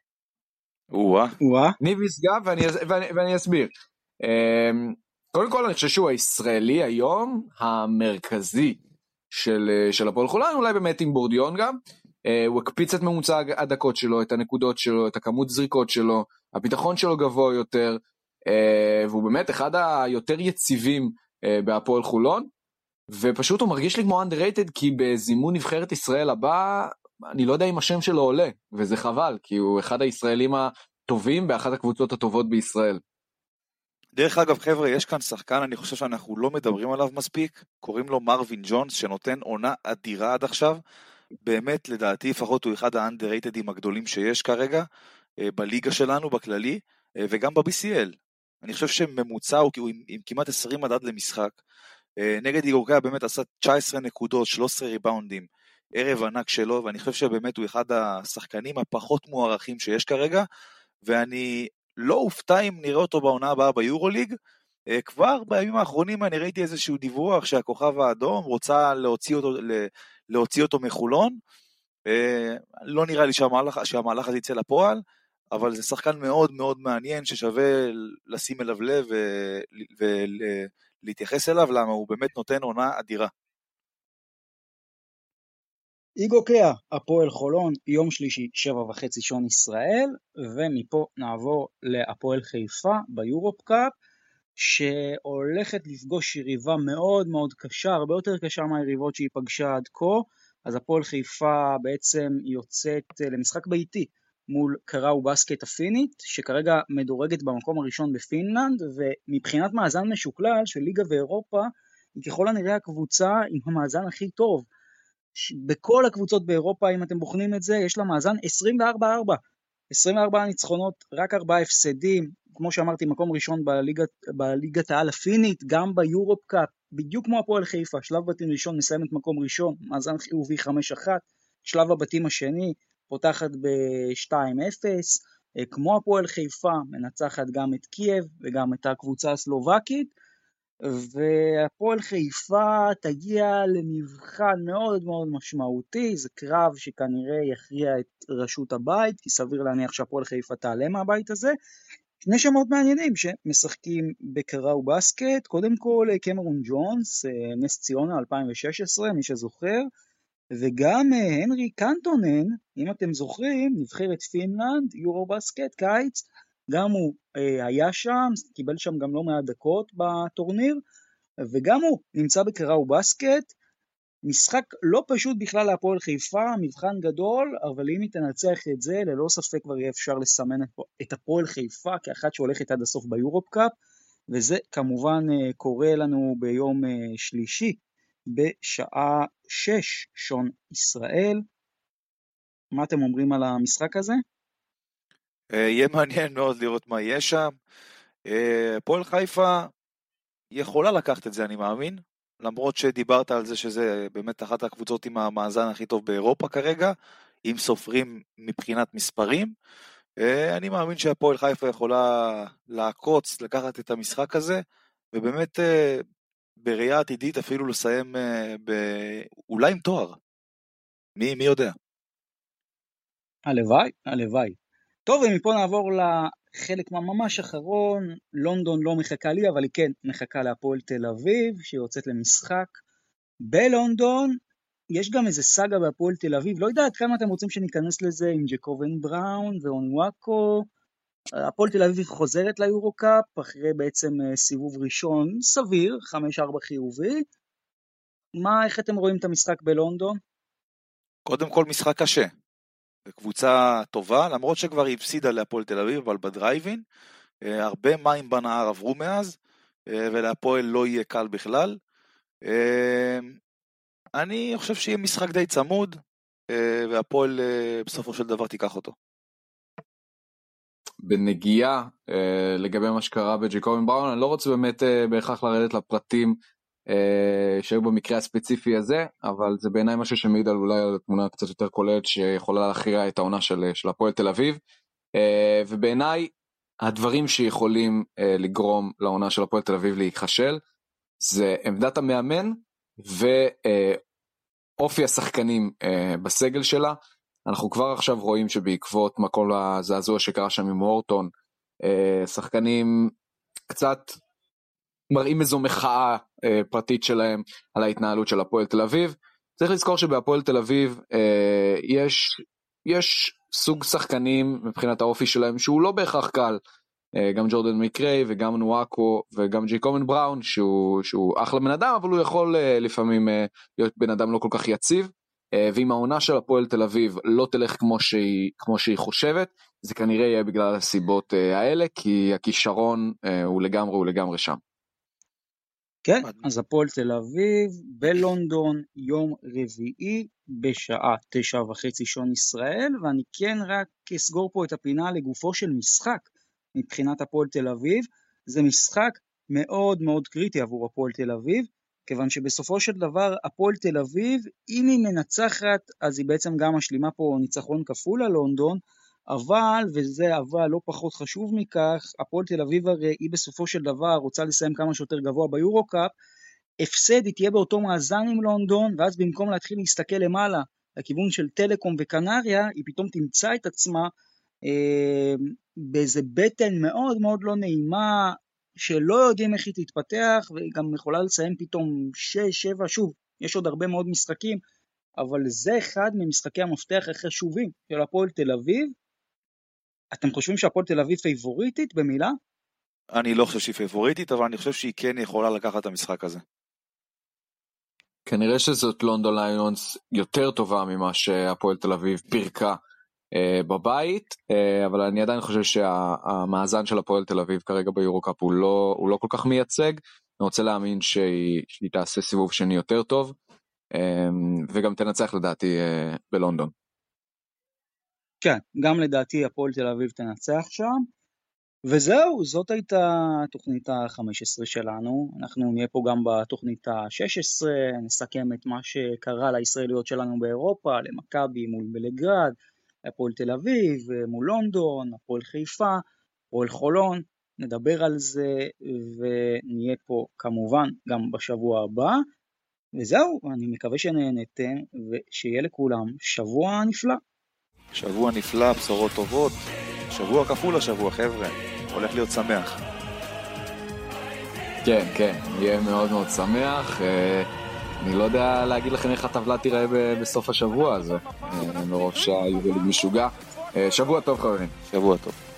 ניב משגב, ואני אסביר. קודם כל, אני חושב שהוא הישראלי היום המרכזי של הפועל חולון, אולי באמת עם בורדיון גם. הוא הקפיץ את ממוצע הדקות שלו, את הנקודות שלו, את הכמות זריקות שלו, הביטחון שלו גבוה יותר, והוא באמת אחד היותר יציבים בהפועל חולון, ופשוט הוא מרגיש לי כמו underrated, כי בזימון נבחרת ישראל הבא, אני לא יודע אם השם שלו עולה, וזה חבל, כי הוא אחד הישראלים הטובים באחת הקבוצות הטובות בישראל. דרך אגב חבר'ה, יש כאן שחקן, אני חושב שאנחנו לא מדברים עליו מספיק, קוראים לו מרווין ג'ונס, שנותן עונה אדירה עד עכשיו, באמת לדעתי לפחות הוא אחד האנדררייטדים הגדולים שיש כרגע, בליגה שלנו בכללי, וגם ב-בי סי אל. אני חושב שממוצע הוא עם, עם כמעט עשרים מדד למשחק, נגד ליגוקיה באמת עשה תשע עשרה נקודות, שלושה עשר ריבאונדים, ערב ענק שלו, ואני חושב שבאמת הוא אחד השחקנים הפחות מוערכים שיש כרגע, ואני לא אופתע אם נראה אותו בעונה הבאה ביורוליג, כבר בימים האחרונים אני ראיתי איזשהו דיווח שהכוכב האדום רוצה להוציא אותו, להוציא אותו מחולון, לא נראה לי שהמהלך, שהמהלך הזה יצא לפועל, אבל זה שחקן מאוד מאוד מעניין ששווה לשים אליו לב ולהתייחס אליו, למה הוא באמת נותן עונה אדירה. ליגוקיה, הפועל חולון, יום שלישי, שבע וחצי שעון ישראל, ומפה נעבור להפועל חיפה ביורופ קאפ, שהולכת לפגוש יריבה מאוד מאוד קשה, הרבה יותר קשה מהיריבות שהיא פגשה עד כה. אז הפועל חיפה בעצם יוצאת למשחק ביתי מול קראו בסקט הפינית, שכרגע מדורגת במקום הראשון בפינלנד, ומבחינת מאזן משוקלל של ליגה ואירופה, היא ככל הנראה הקבוצה עם המאזן הכי טוב. בכל הקבוצות באירופה, אם אתם בוחנים את זה, יש לה מאזן עשרים וארבע ארבע. עשרים וארבע ניצחונות, רק ארבעה הפסדים, כמו שאמרתי, מקום ראשון בליגת, בליגת העל הפינית, גם ביורופ קאפ, בדיוק כמו הפועל חיפה, שלב בתים ראשון מסיימת מקום ראשון, מאזן חיובי חמש אחת, שלב הבתים השני, פותחת ב-שתיים אפס, כמו הפועל חיפה, מנצחת גם את קייב, וגם את הקבוצה הסלובקית, והפועל חיפה תגיע למבחן מאוד מאוד משמעותי, זה קרב שכנראה יכריע את רשות הבית, כי סביר להניח שהפועל חיפה תעלה מהבית הזה. שני שמות מעניינים שמשחקים בקראו בסקט, קודם כל קמרון ג'ונס, נס ציונה אלפיים ושש עשרה, מי שזוכר, וגם הנרי קנטונן, אם אתם זוכרים, נבחרת פינלנד, יורו בסקט, קיץ, גם הוא אה, היה שם, קיבל שם גם לא מעט דקות בטורניר, וגם הוא נמצא בקראו בסקט, משחק לא פשוט בכלל להפועל חיפה, מבחן גדול, אבל אם היא תנצח את זה, ללא ספק כבר יהיה אפשר לסמן את הפועל חיפה, כאחת שהולכת עד הסוף ביורופ קאפ, וזה כמובן אה, קורה לנו ביום אה, שלישי, בשעה שש שעון ישראל. מה אתם אומרים על המשחק הזה? יהיה מעניין מאוד לראות מה יהיה שם. הפועל חיפה יכולה לקחת את זה, אני מאמין, למרות שדיברת על זה שזה באמת אחת הקבוצות עם המאזן הכי טוב באירופה כרגע, אם סופרים מבחינת מספרים. אני מאמין שהפועל חיפה יכולה לעקוץ, לקחת את המשחק הזה, ובאמת בראייה עתידית אפילו לסיים אולי עם תואר. מי, מי יודע? הלוואי, הלוואי. טוב, ומפה נעבור לחלק ממש אחרון. לונדון לא מחכה לי, אבל היא כן מחכה להפועל תל אביב, שיוצאת למשחק בלונדון. יש גם איזה סאגה בהפועל תל אביב, לא יודעת כמה אתם רוצים שניכנס לזה עם ג'קובן בראון ואונוואקו. הפועל תל אביב חוזרת ליורוקאפ, אחרי בעצם סיבוב ראשון סביר, חמש ארבע חיובי. מה, איך אתם רואים את המשחק בלונדון? קודם כל משחק קשה. קבוצה טובה, למרות שכבר היא הפסידה להפועל תל אביב, אבל בדרייבין, הרבה מים בנהר עברו מאז, ולהפועל לא יהיה קל בכלל. אני חושב שיהיה משחק די צמוד, והפועל בסופו של דבר תיקח אותו. בנגיעה לגבי מה שקרה בג'קובן בראון, אני לא רוצה באמת בהכרח לרדת לפרטים שהיו במקרה הספציפי הזה, אבל זה בעיניי משהו שמעיד על אולי על תמונה קצת יותר כוללת שיכולה להכריע את העונה של, של הפועל תל אביב, ובעיניי הדברים שיכולים לגרום לעונה של הפועל תל אביב להיכשל, זה עמדת המאמן ואופי השחקנים בסגל שלה. אנחנו כבר עכשיו רואים שבעקבות מה כל הזעזוע שקרה שם עם וורטון, שחקנים קצת מראים איזו מחאה פרטית שלהם על ההתנהלות של הפועל תל אביב. צריך לזכור שבהפועל תל אביב יש, יש סוג שחקנים מבחינת האופי שלהם שהוא לא בהכרח קל, גם ג'ורדן מקריי וגם נואקו וגם ג'קובן בראון שהוא, שהוא אחלה בן אדם, אבל הוא יכול לפעמים להיות בן אדם לא כל כך יציב, ואם העונה של הפועל תל אביב לא תלך כמו שהיא, כמו שהיא חושבת, זה כנראה יהיה בגלל הסיבות האלה, כי הכישרון הוא לגמרי, הוא לגמרי שם. כן, אז הפועל תל אביב בלונדון יום רביעי בשעה תשע וחצי שעון ישראל, ואני כן רק אסגור פה את הפינה לגופו של משחק מבחינת הפועל תל אביב. זה משחק מאוד מאוד קריטי עבור הפועל תל אביב, כיוון שבסופו של דבר הפועל תל אביב, אם היא מנצחת, אז היא בעצם גם משלימה פה ניצחון כפול על לונדון, אבל, וזה אבל לא פחות חשוב מכך, הפועל תל אביב הרי היא בסופו של דבר רוצה לסיים כמה שיותר גבוה ביורוקאפ, הפסד היא תהיה באותו מאזן עם לונדון, ואז במקום להתחיל להסתכל למעלה, לכיוון של טלקום וקנריה, היא פתאום תמצא את עצמה אה, באיזה בטן מאוד מאוד לא נעימה, שלא יודעים איך היא תתפתח, והיא גם יכולה לסיים פתאום שש, שבע, שוב, יש עוד הרבה מאוד משחקים, אבל זה אחד ממשחקי המפתח החשובים של הפועל תל אביב. אתם חושבים שהפועל תל אביב פייבוריטית במילה? אני לא חושב שהיא פייבוריטית, אבל אני חושב שהיא כן יכולה לקחת את המשחק הזה. כנראה שזאת לונדון ליונס יותר טובה ממה שהפועל תל אביב פירקה אה, בבית, אה, אבל אני עדיין חושב שהמאזן של הפועל תל אביב כרגע ביורוקאפ הוא לא, הוא לא כל כך מייצג. אני רוצה להאמין שהיא, שהיא תעשה סיבוב שני יותר טוב, אה, וגם תנצח לדעתי אה, בלונדון. כן, גם לדעתי הפועל תל אביב תנצח שם, וזהו, זאת הייתה תוכנית ה-חמש עשרה שלנו. אנחנו נהיה פה גם בתוכנית ה-שש עשרה, נסכם את מה שקרה לישראליות שלנו באירופה, למכבי מול בלגרד, הפועל תל אביב מול לונדון, הפועל חיפה, הפועל חולון, נדבר על זה ונהיה פה כמובן גם בשבוע הבא, וזהו, אני מקווה שנהנתם ושיהיה לכולם שבוע נפלא. שבוע נפלא, בשורות טובות, שבוע כפול השבוע חבר'ה, הולך להיות שמח. כן, כן, יהיה מאוד מאוד שמח. אני לא יודע להגיד לכם איך הטבלה תראה בסוף השבוע הזה, מרוב שהיורוליג משוגע. שבוע טוב חברים. שבוע טוב.